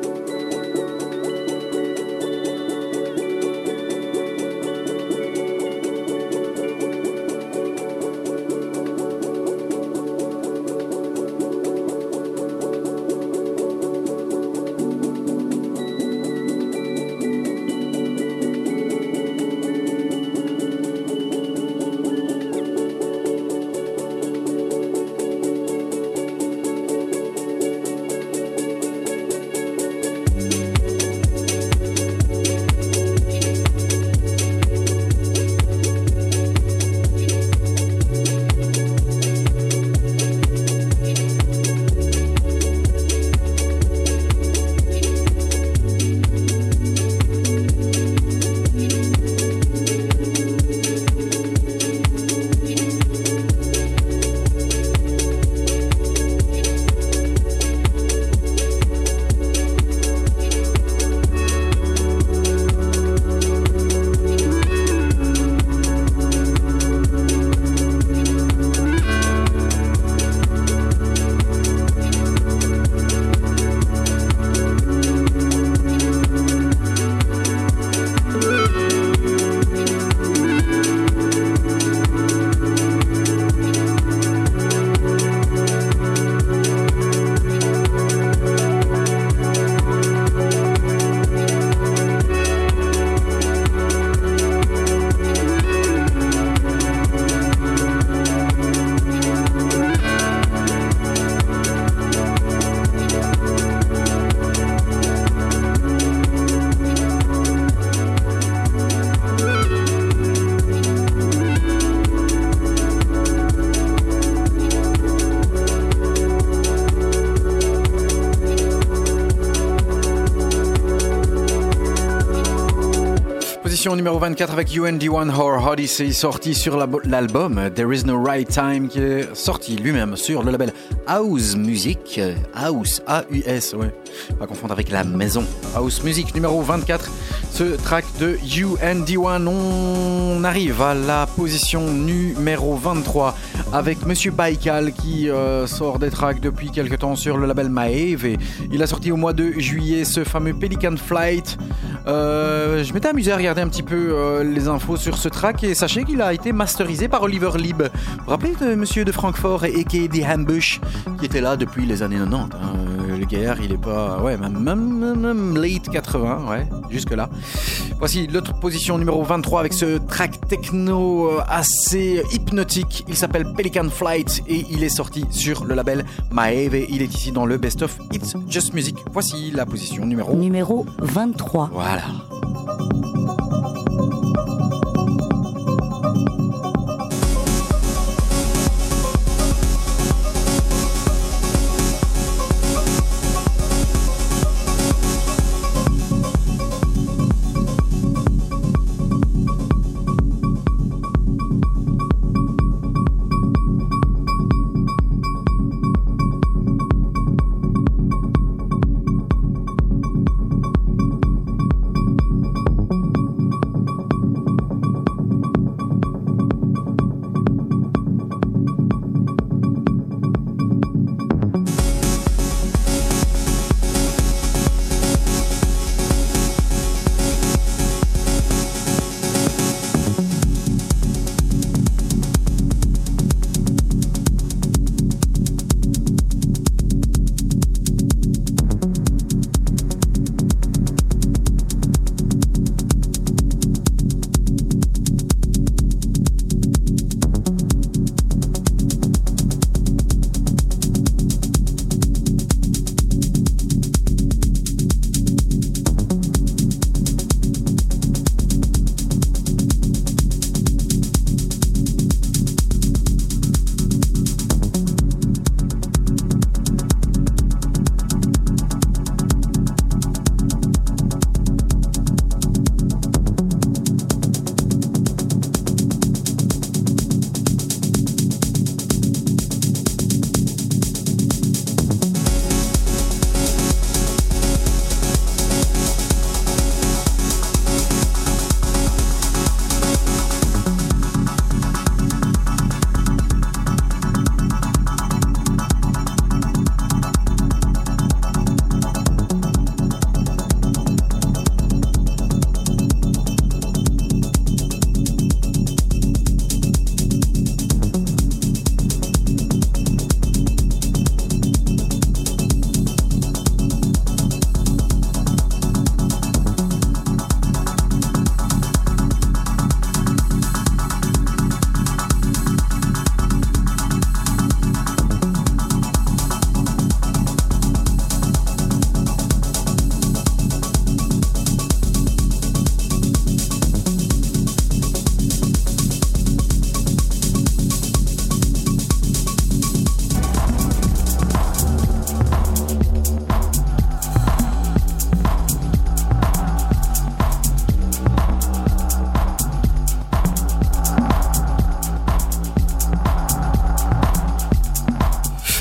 Numéro 24 avec UND1 Our Odyssey, sorti sur l'album There Is No Right Time, qui est sorti lui-même sur le label House Music. House, A-U-S, ouais. Pas confondre avec la maison. House Music numéro 24, ce track de UND1. On arrive à la position numéro 23 avec Monsieur Baikal qui sort des tracks depuis quelques temps sur le label Maeve. Et il a sorti au mois de juillet ce fameux Pelican Flight. Je m'étais amusé à regarder un petit peu les infos sur ce track et sachez qu'il a été masterisé par Oliver Lieb. Vous vous rappelez de Monsieur de Francfort et a.k.a. The Ambush qui était là depuis les années 90 le gars, il est pas... Ouais, même late 80, ouais, jusque là. Voici l'autre position numéro 23 avec ce track techno assez hypnotique. Il s'appelle Pelican Flight et il est sorti sur le label Maeve et il est ici dans le Best of It's Just Music. Voici la position numéro 23. Voilà.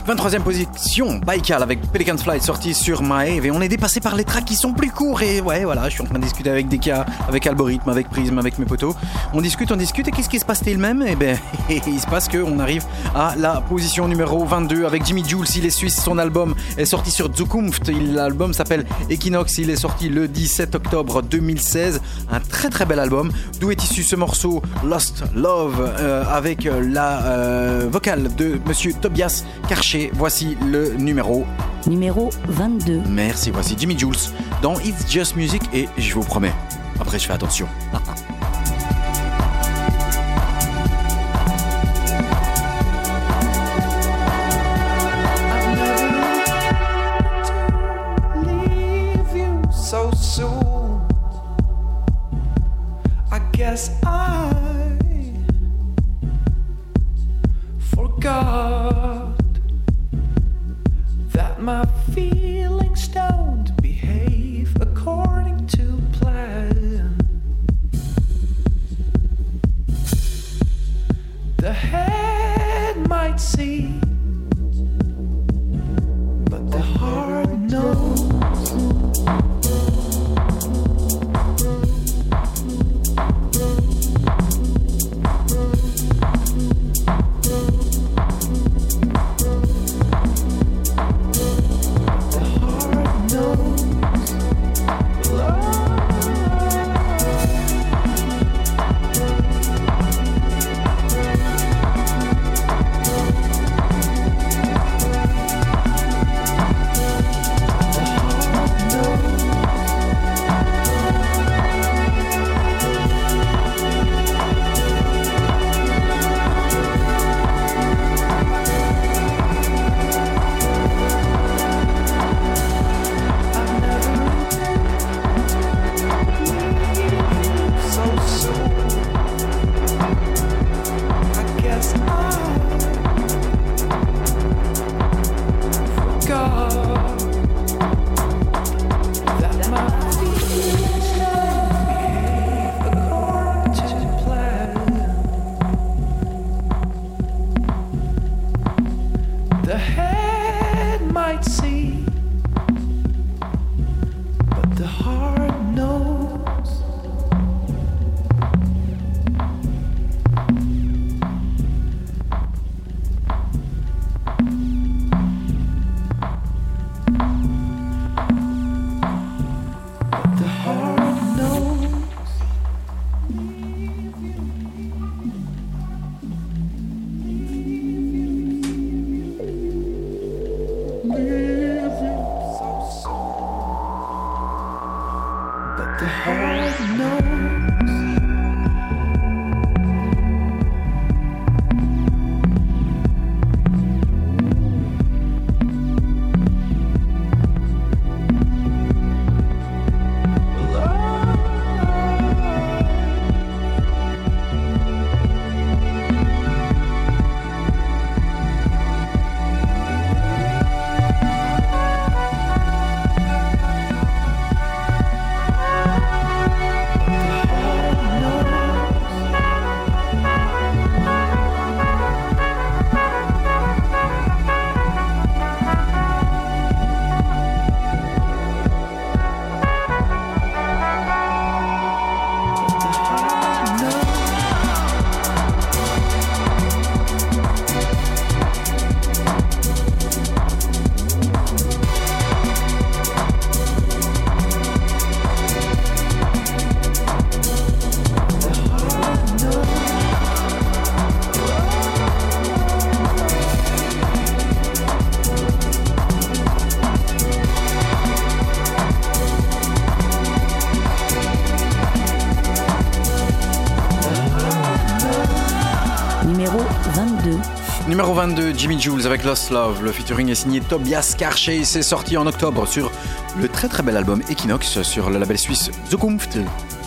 23e position, Baikal avec Pelican Flight sorti sur Maeve. Et on est dépassé par les tracks qui sont plus courts. Et ouais, voilà, je suis en train de discuter avec Deka, avec Algorithme, avec Prism, avec mes potos. On discute. Et qu'est-ce qui se passe-t-il même? Eh ben, il se passe qu'on arrive à la position numéro 22 avec Jimmy Jules. Il est suisse. Son album est sorti sur Zukunft. L'album s'appelle Equinox. Il est sorti le 17 octobre 2016. Un très très bel album. D'où est issu ce morceau Lost Love avec la vocale de Monsieur Tobias Karcher. Voici le numéro 22. Merci, voici Jimmy Jules dans It's Just Music et je vous promets, après je fais attention. So soon, I guess I forgot that my feelings don't behave according to plan. The head might see, but the heart knows. Numéro 22, Jimmy Jules avec Lost Love. Le featuring est signé Tobias Karcher. C'est sorti en octobre sur le très très bel album Equinox sur le label suisse Zukunft.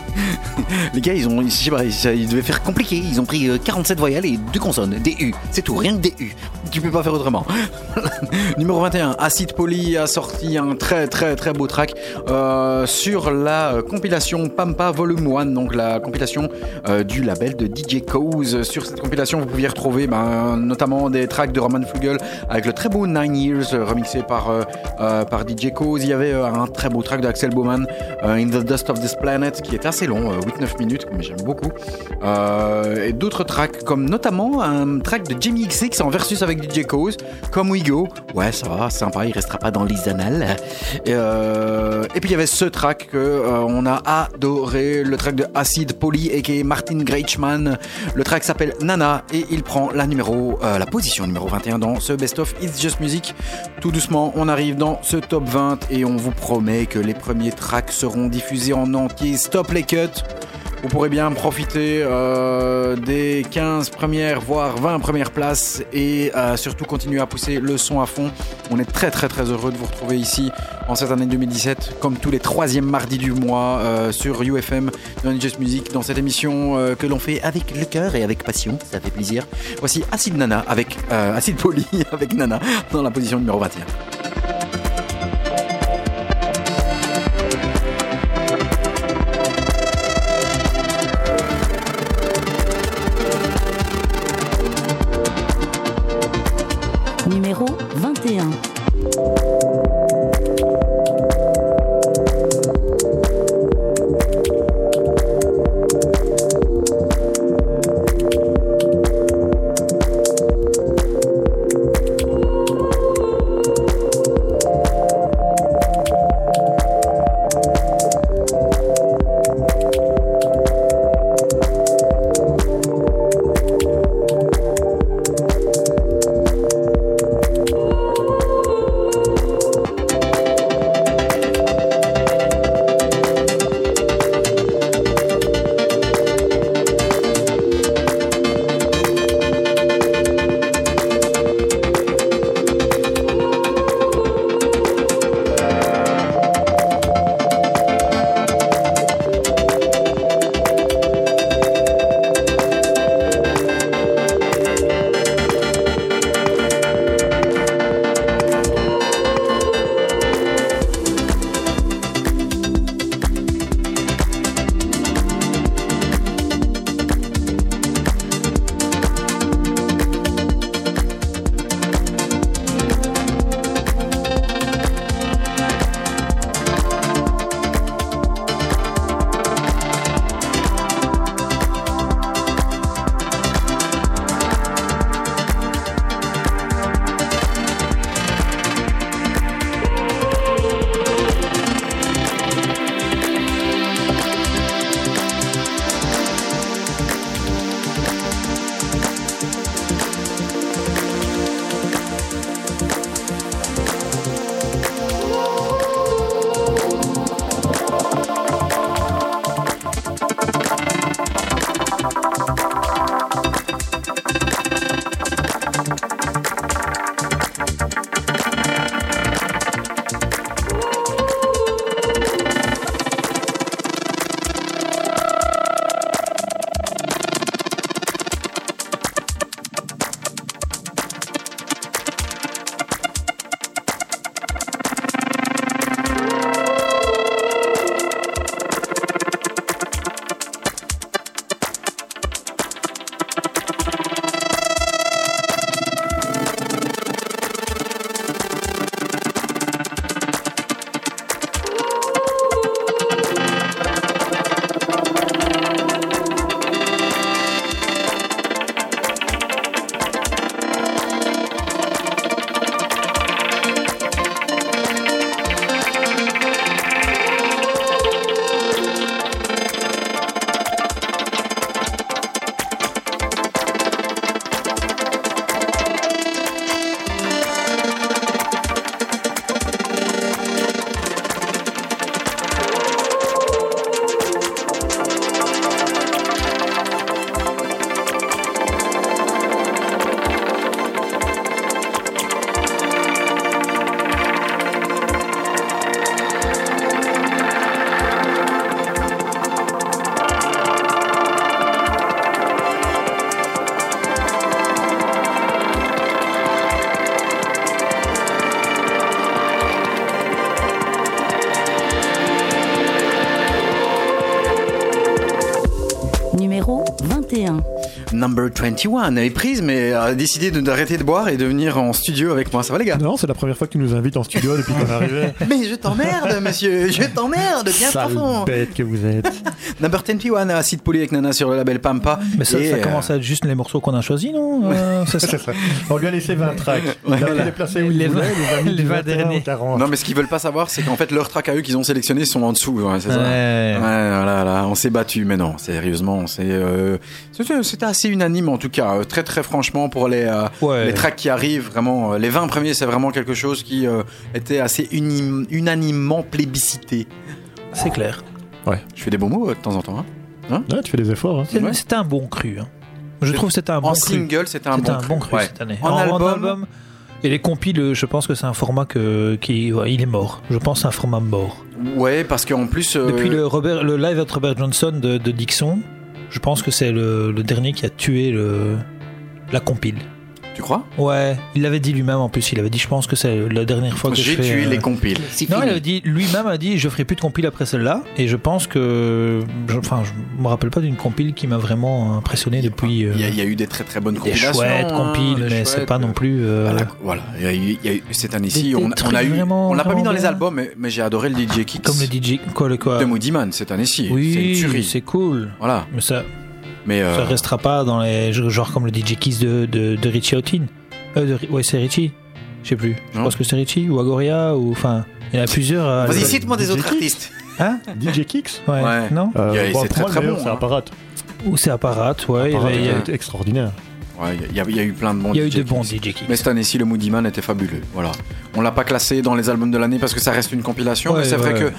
Les gars, je sais pas, ils devaient faire compliqué. Ils ont pris 47 voyelles et 2 consonnes, des U. C'est tout, rien que des U. Tu peux pas faire autrement. Numéro 21, Acid Poly a sorti un très très très beau track sur la compilation Pampa Volume 1, donc la compilation du label de DJ Cause. Sur cette compilation, vous pouviez retrouver notamment des tracks de Roman Flugel avec le très beau 9 Years remixé par DJ Cause. Il y avait un très beau track d'Axel Bowman, In the Dust of This Planet, qui est assez long, 8-9 minutes, mais j'aime beaucoup. Et d'autres tracks, comme notamment un track de Jamie XX en versus avec DJ Cause, Come We Go. Ouais, ça va, sympa, il restera pas dans les annales. Et puis il y avait ce track on a adoré, le track de Acid Poly aka Martin Greichman. Le track s'appelle Nana et il prend la position numéro 21 dans ce Best of It's Just Music. Tout doucement, on arrive dans ce top 20 et on vous promet que les premiers tracks seront diffusés en entier. Stop les cuts. Vous pourrez bien profiter des 15 premières, voire 20 premières places et surtout continuer à pousser le son à fond. On est très très très heureux de vous retrouver ici en cette année 2017, comme tous les 3e mardis du mois sur UFM dans Just Music, dans cette émission que l'on fait avec le cœur et avec passion, ça fait plaisir. Voici Acid Poly avec Nana dans la position numéro 21. Numéro 21. Number 21 est prise, mais a décidé d'arrêter de boire et de venir en studio avec moi. Ça va les gars? Non, c'est la première fois que tu nous invites en studio depuis qu'on est arrivé. Mais je t'emmerde, monsieur, je t'emmerde, bien Sale profond. bête que vous êtes. Number 21, acide poly avec Nana sur le label Pampa. Mais ça, Et, ça commence à être juste les morceaux qu'on a choisis, non C'est ça. C'est ça. On lui a laissé 20 tracks. Il a pu les placer où il voulait, les a mis les du 20 21 derniers. au 40. Non, mais ce qu'ils veulent pas savoir, c'est qu'en fait, leurs tracks à eux qu'ils ont sélectionnés sont en dessous. Ouais, c'est ça. Ouais. Voilà, on s'est battu, mais non, sérieusement, c'était assez unanime en tout cas. Très, très franchement, pour les tracks qui arrivent, vraiment, les 20 premiers, c'est vraiment quelque chose qui était assez unanimement plébiscité. C'est clair. Ouais. Je fais des bons mots de temps en temps. Hein Ouais, tu fais des efforts. Hein. Ouais. C'était un bon cru. Hein. Je trouve que c'était un bon en cru. single, c'était un bon cru. Ouais. cette année. En album, et les compiles, je pense que c'est un format il est mort. Je pense que c'est un format mort. Ouais, parce qu'en plus... Depuis le live avec Robert Johnson de Dixon, je pense que c'est le dernier qui a tué la compile. Tu crois? Ouais, il l'avait dit lui-même en plus. Il avait dit, je pense que c'est la dernière fois que j'ai tué les compiles. Non, il avait dit, lui-même a dit, je ferai plus de compile après celle-là. Et je pense que, je me rappelle pas d'une compile qui m'a vraiment impressionné depuis. Il y a eu des très très bonnes des compilations. chouettes compiles, mais c'est pas non plus. Voilà, il y a eu cette année-ci, on l'a pas mis dans les albums, mais j'ai adoré le DJ Kicks. Comme le DJ quoi de Moody Man cette année-ci. Oui, c'est une tuerie. C'est cool. Voilà. Mais ça restera pas dans les genre comme le DJ Kiss de Richie Houghton. Ouais, c'est Richie. Je sais plus. Je pense que c'est Richie ou Agoria ou enfin, il y en a plusieurs. Vas-y, cite-moi des autres artistes. Hein? DJ Kicks. Ouais. Non. C'est très très bon. C'est Apparat. Ou c'est Apparat, ouais. Il est extraordinaire. Ouais, il y a eu plein de bons DJ. Il y a eu de bons DJ Kicks. Mais cette année-ci, le Moody Man était fabuleux. Voilà. On l'a pas classé dans les albums de l'année parce que ça reste une compilation. Mais c'est vrai que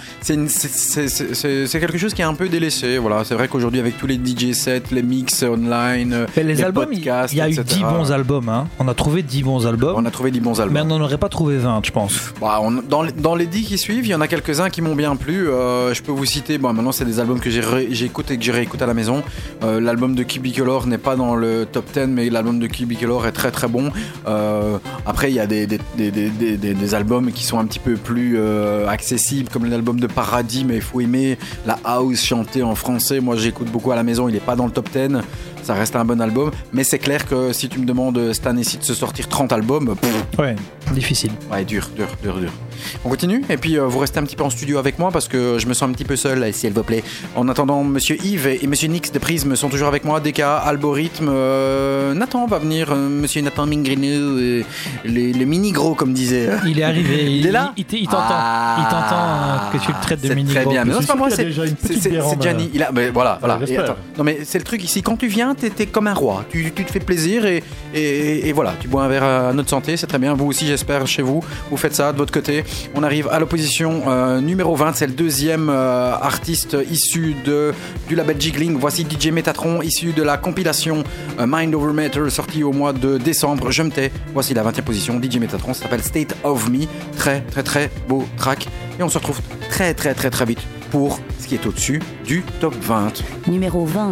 c'est quelque chose qui est un peu délaissé. Voilà. C'est vrai qu'aujourd'hui, avec tous les DJ sets, les mix online, les albums, podcasts, il y a etc. eu 10 bons albums. Hein. On a trouvé 10 bons albums. Mais on n'en aurait pas trouvé 20, je pense. Bah, dans les 10 qui suivent, il y en a quelques-uns qui m'ont bien plu. Je peux vous citer. Bon, maintenant, c'est des albums que j'écoute et que j'ai réécoute à la maison. L'album de Cubicolor n'est pas dans le top 10, mais l'album de Cubicolor est très très bon. Après, il y a des albums qui sont un petit peu plus accessibles, comme l'album de Paradis, mais il faut aimer la house chantée en français. Moi, j'écoute beaucoup à la maison, il n'est pas dans le top 10. Ça reste un bon album, mais c'est clair que si tu me demandes cette année-ci de se sortir 30 albums, ouais, difficile. Ouais, dur. On continue, et puis vous restez un petit peu en studio avec moi parce que je me sens un petit peu seul, s'il vous plaît. En attendant, monsieur Yves et monsieur Nix de Prisme sont toujours avec moi. DK, Algorithme, Nathan va venir, monsieur Nathan Mingrino, les mini-gros comme disait. Il est arrivé, il est là. Il t'entend que tu le traites de mini-gros. Très bien, mais non, c'est pas moi, c'est Gianni. Voilà. Et attends. Non, mais c'est le truc ici, quand tu viens, t'es comme un roi. Tu te fais plaisir et voilà, tu bois un verre à notre santé, c'est très bien. Vous aussi, j'espère, chez vous, vous faites ça de votre côté. On arrive à l'opposition numéro 20, c'est le deuxième artiste issu du label Jiggling. Voici DJ Metatron, issu de la compilation Mind Over Matter, sortie au mois de décembre. Je me tais. Voici la 20e position, DJ Metatron, ça s'appelle State of Me. Très très très beau track. Et on se retrouve très très très très vite pour ce qui est au-dessus du top 20. Numéro 20.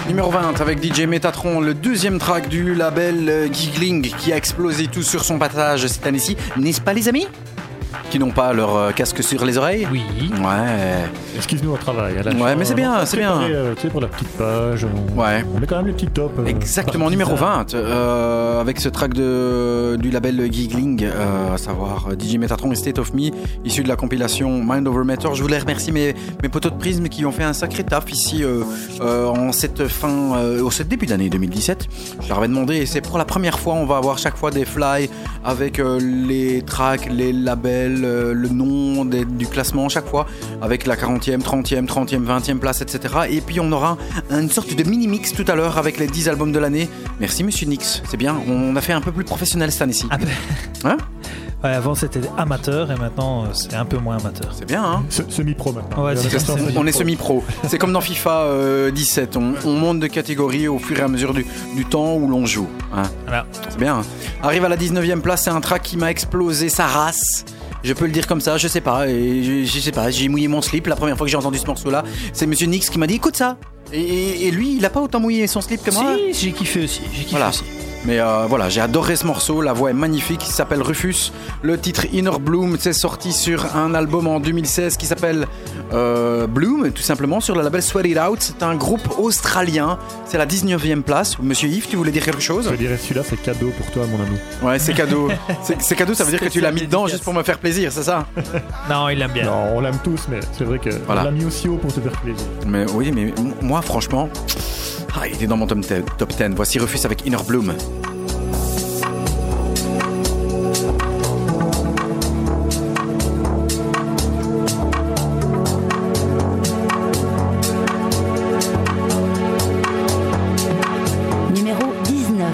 Numéro 20 avec DJ Metatron, le deuxième track du label Giggling qui a explosé tout sur son passage cette année-ci, n'est-ce pas les amis ? Qui n'ont pas leur casque sur les oreilles. Oui. Ouais. Excuse-nous au travail. Ouais, mais c'est bien, c'est bien. Tu sais, pour la petite page, on met quand même les petits tops. Exactement, numéro 20, avec ce track du label Giggling, à savoir DJ Metatron et State of Me, issu de la compilation Mind Over Matter. Je voulais remercier mes potos de Prisme qui ont fait un sacré taf ici en cette début d'année 2017. Je leur avais demandé, et c'est pour la première fois, on va avoir chaque fois des fly avec les tracks, les labels, le nom du classement chaque fois, avec la 40e, 30e, 20e place, etc. Et puis on aura une sorte de mini-mix tout à l'heure avec les 10 albums de l'année. Merci Monsieur Nix, c'est bien, on a fait un peu plus professionnel cette année-ci. Hein ? Ouais, avant c'était amateur et maintenant c'est un peu moins amateur. C'est bien, hein ? Semi-pro maintenant. Ouais, on est semi-pro. C'est comme dans FIFA 17, on monte de catégorie au fur et à mesure du temps où l'on joue. Hein ? Voilà. C'est bien. Arrive à la 19e place, c'est un track qui m'a explosé sa race. Je peux le dire comme ça, je sais pas, j'ai mouillé mon slip la première fois que j'ai entendu ce morceau-là. C'est Monsieur Nix qui m'a dit écoute ça. Et lui, il a pas autant mouillé son slip que moi. Si, j'ai kiffé aussi. Mais voilà, j'ai adoré ce morceau, la voix est magnifique, il s'appelle Rufus. Le titre Inner Bloom, c'est sorti sur un album en 2016 qui s'appelle Bloom, tout simplement, sur le label Sweat It Out. C'est un groupe australien, c'est la 19e place. Monsieur Yves, tu voulais dire quelque chose ? Je dirais celui-là, c'est cadeau pour toi, mon ami. Ouais, c'est cadeau. C'est cadeau, ça veut dire que tu l'as mis dedans juste pour me faire plaisir, c'est ça ? Non, il l'aime bien. Non, on l'aime tous, mais c'est vrai qu'on l'a mis aussi haut pour te faire plaisir. Mais oui, mais moi, franchement, il était dans mon top 10. Voici Rufus avec Inner Bloom. Numéro 19.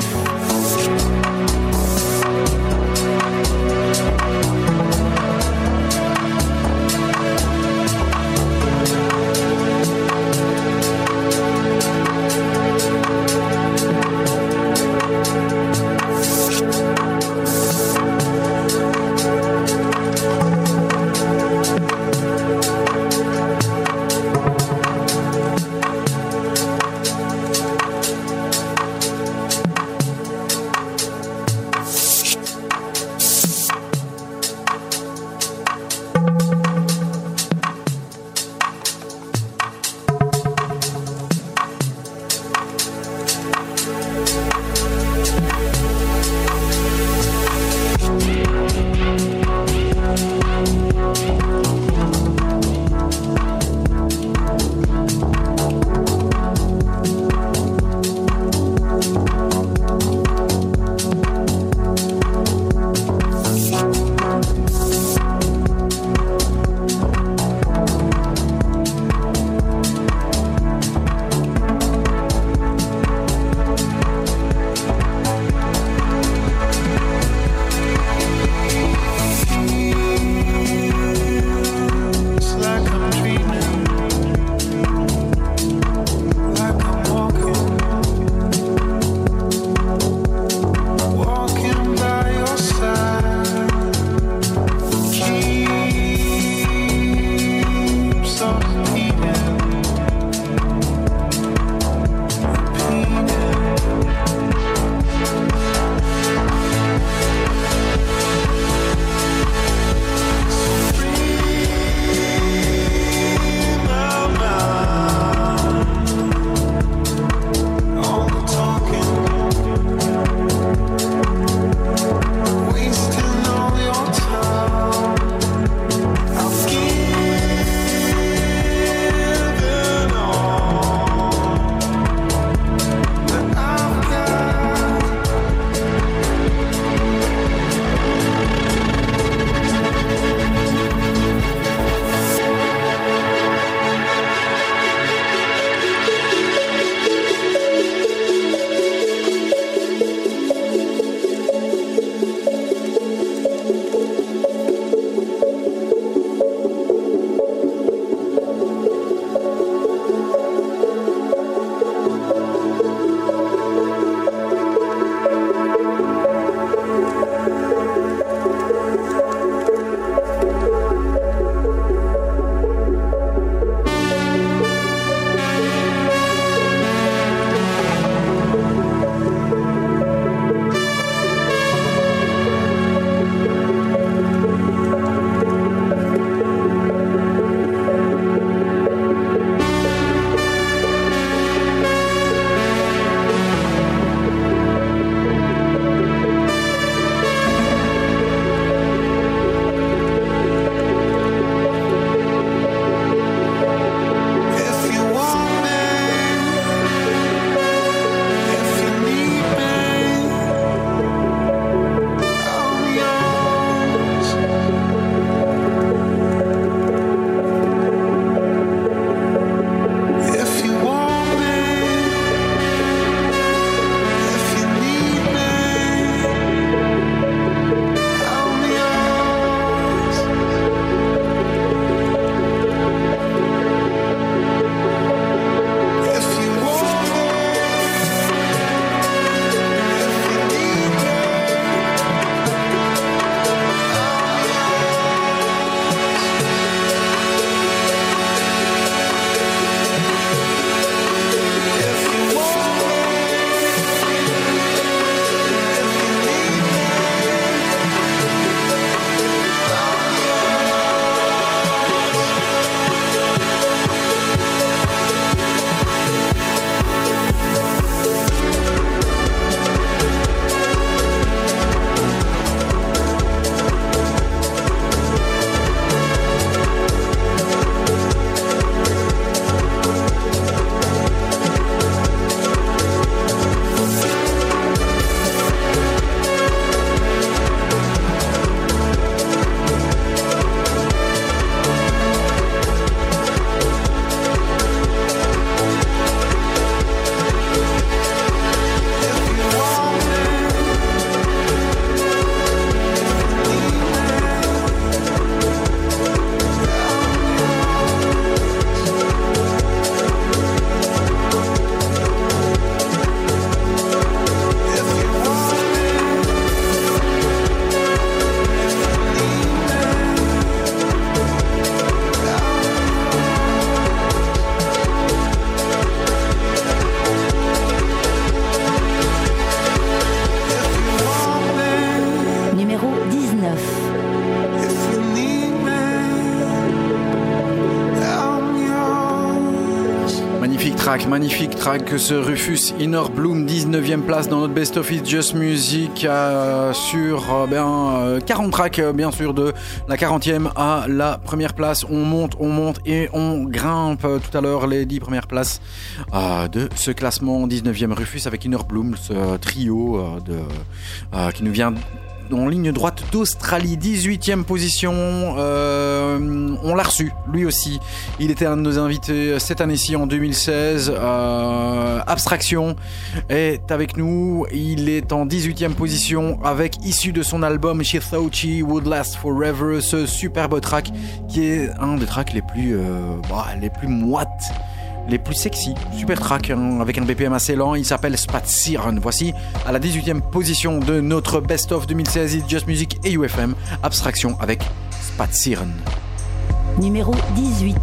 track, magnifique track que ce Rufus Inner Bloom, 19e place dans notre Best of It's Just Music sur 40 tracks bien sûr, de la 40e à la première place. On monte et on grimpe tout à l'heure les 10 premières places de ce classement. 19e Rufus avec Inner Bloom, ce trio qui nous vient en ligne droite d'Australie. 18e position, on l'a reçu lui aussi, il était un de nos invités cette année-ci en 2016. Abstraction est avec nous, il est en 18e position avec, issu de son album She Thought She Would Last Forever, ce superbe track qui est un des tracks les plus moites, les plus sexy, super track avec un BPM assez lent. Il s'appelle Spazieren. Voici à la 18e position de notre Best of 2016 It's Just Music et UFM, Abstraction avec Spazieren. Numéro 18.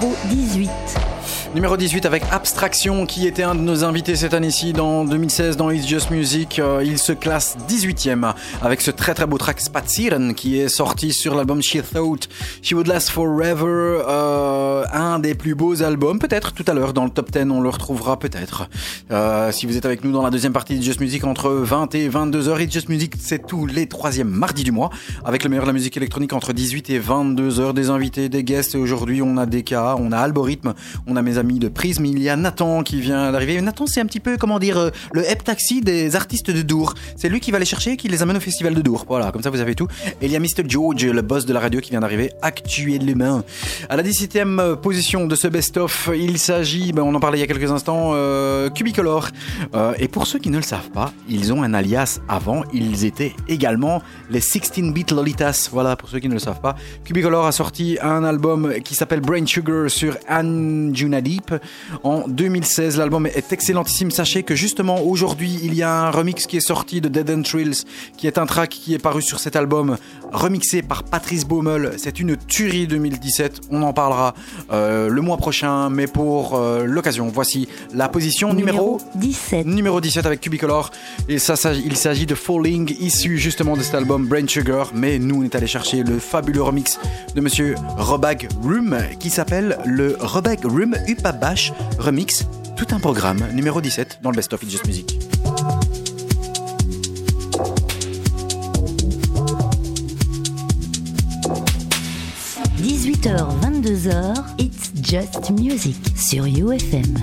Numéro 18. Numéro 18 avec Abstraction qui était un de nos invités cette année-ci dans 2016 dans It's Just Music. Il se classe 18e avec ce très très beau track Spazieren qui est sorti sur l'album She Thought She Would Last Forever. Un des plus beaux albums, peut-être tout à l'heure dans le top 10 on le retrouvera peut-être. Si vous êtes avec nous dans la deuxième partie d'It's Just Music entre 20 et 22h. It's Just Music c'est tous les 3e mardis du mois avec le meilleur de la musique électronique entre 18 et 22h. Des invités, des guests et aujourd'hui on a DK, on a Algorithme, on a mes amis de Prisme, il y a Nathan qui vient d'arriver. Nathan c'est un petit peu comment dire le hep-taxi des artistes de Dour. C'est lui qui va les chercher, qui les amène au festival de Dour. Voilà, comme ça vous avez tout. Et il y a Mr. George, le boss de la radio qui vient d'arriver actuellement. À la 17e position de ce best-of, il s'agit, on en parlait il y a quelques instants, Cubicolor. Et pour ceux qui ne le savent pas, ils ont un alias avant, ils étaient également les 16-bit Lolitas. Voilà, pour ceux qui ne le savent pas. Cubicolor a sorti un album qui s'appelle Brain Sugar sur Anjuna Deep en 2016. L'album est excellentissime. Sachez que justement aujourd'hui il y a un remix qui est sorti de Dead End Thrills qui est un track qui est paru sur cet album remixé par Patrice Baumel. C'est une tuerie 2017. On en parlera le mois prochain, mais pour l'occasion voici la position numéro 17. Numéro 17 avec Cubicolor. Et ça, il s'agit de Falling, issu justement de cet album Brain Sugar, mais nous on est allé chercher le fabuleux remix de monsieur Robag Room qui s'appelle le Robag Room Upabash Remix, tout un programme, numéro 17 dans le Best of It's Just Music. – 18h, 22h, It's Just Music sur UFM.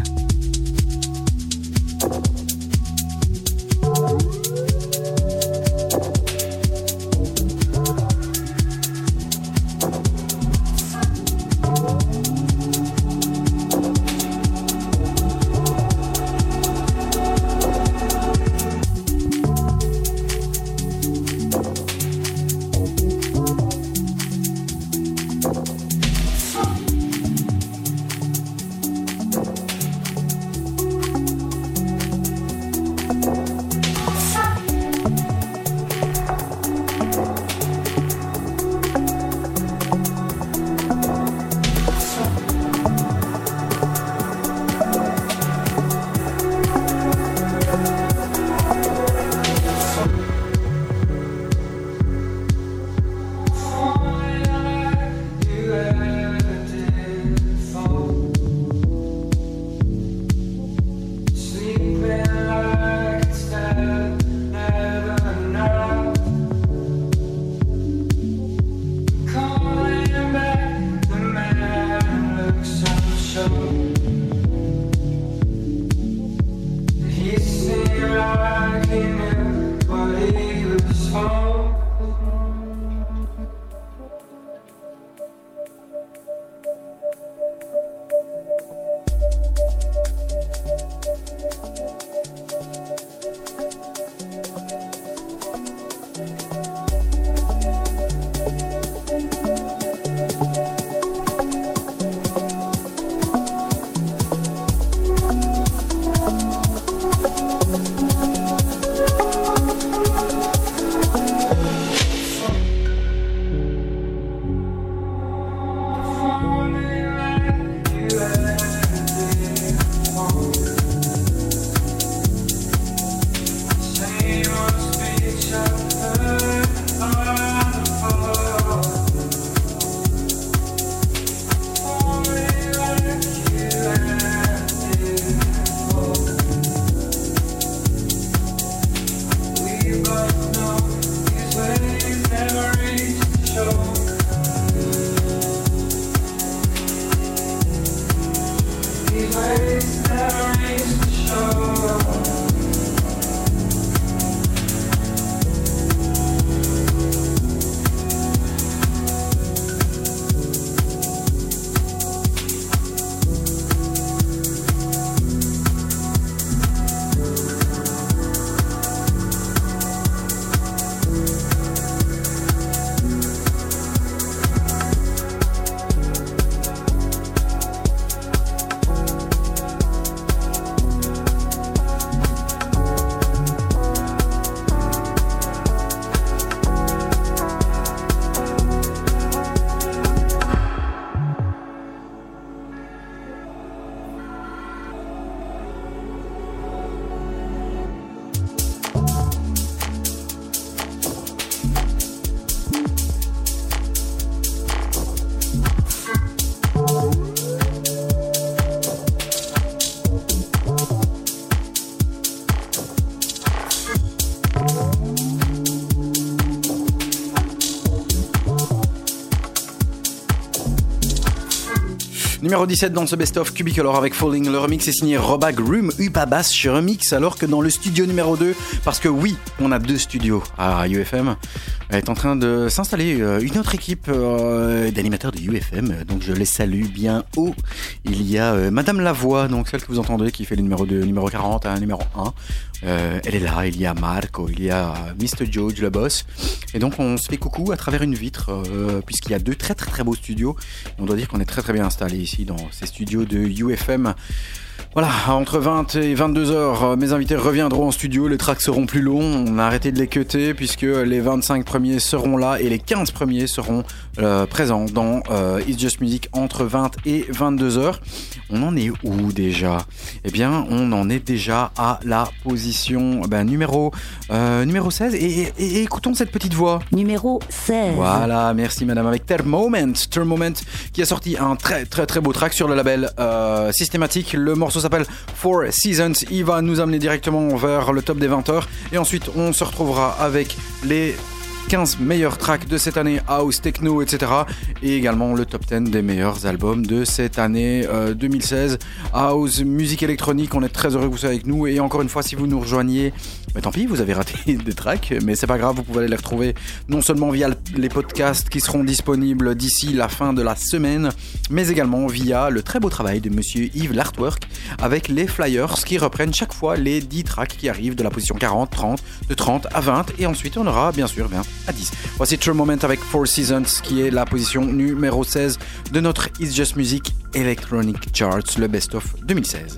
Numéro 17 dans ce best-of Cubicolor avec Falling. Le remix est signé Robag Room Upabass remix, alors que dans le studio numéro 2, parce que oui, on a 2 studios à UFM, est en train de s'installer une autre équipe d'animateurs de UFM, donc je les salue bien haut. Il y a Madame Lavoie, donc celle que vous entendez, qui fait les numéros 2, numéro 40 à numéro 1. Elle est là, il y a Marco, il y a Mr. George, le boss. Et donc on se fait coucou à travers une vitre, puisqu'il y a 2 très très très beaux studios. On doit dire qu'on est très très bien installé ici dans ces studios de UFM. Voilà, entre 20 et 22 heures, mes invités reviendront en studio, les tracks seront plus longs, on a arrêté de les cutter puisque les 25 premiers seront là et les 15 premiers seront présents dans It's Just Music entre 20 et 22 heures. On en est où déjà ? Eh bien, on en est déjà à la position numéro 16 et écoutons cette petite voix. Numéro 16. Voilà, merci madame, avec Thermoment qui a sorti un très très très beau track sur le label Systematic. Le morceau s'appelle Four Seasons. Il va nous amener directement vers le top des 20 heures et ensuite on se retrouvera avec les 15 meilleurs tracks de cette année, house, techno, etc. Et également le top 10 des meilleurs albums de cette année 2016. House, musique électronique, on est très heureux que vous soyez avec nous. Et encore une fois, si vous nous rejoignez, tant pis, vous avez raté des tracks, mais c'est pas grave, vous pouvez aller les retrouver non seulement via les podcasts qui seront disponibles d'ici la fin de la semaine, mais également via le très beau travail de monsieur Yves L'Artwork avec les flyers qui reprennent chaque fois les 10 tracks qui arrivent de la position 40, 30, de 30 à 20 et ensuite on aura bien sûr 20 à 10. Voici True Moment avec Four Seasons qui est la position numéro 16 de notre It's Just Music Electronic Charts, le Best of 2016.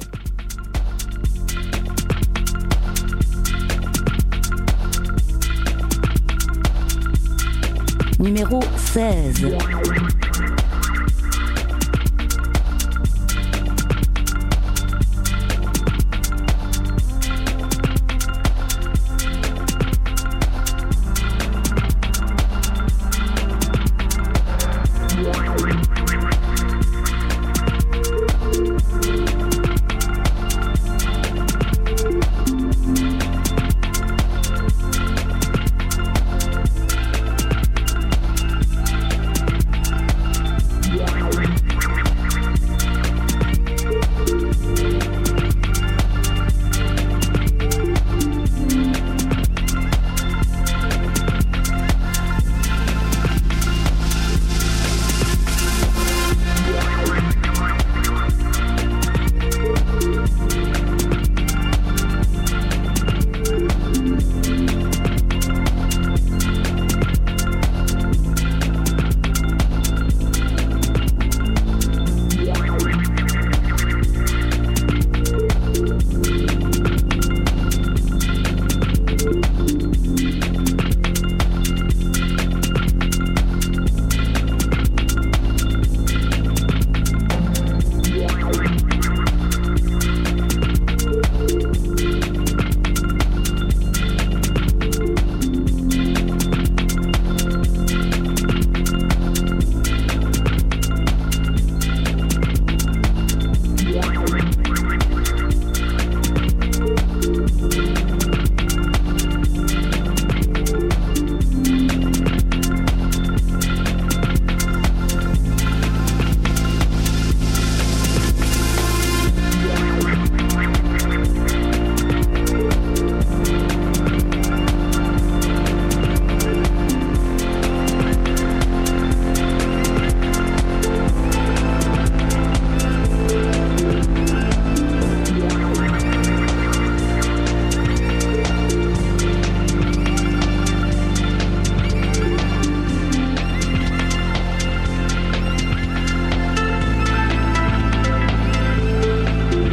Numéro 16.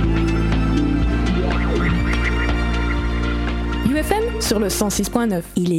Sur le 106.9. Il est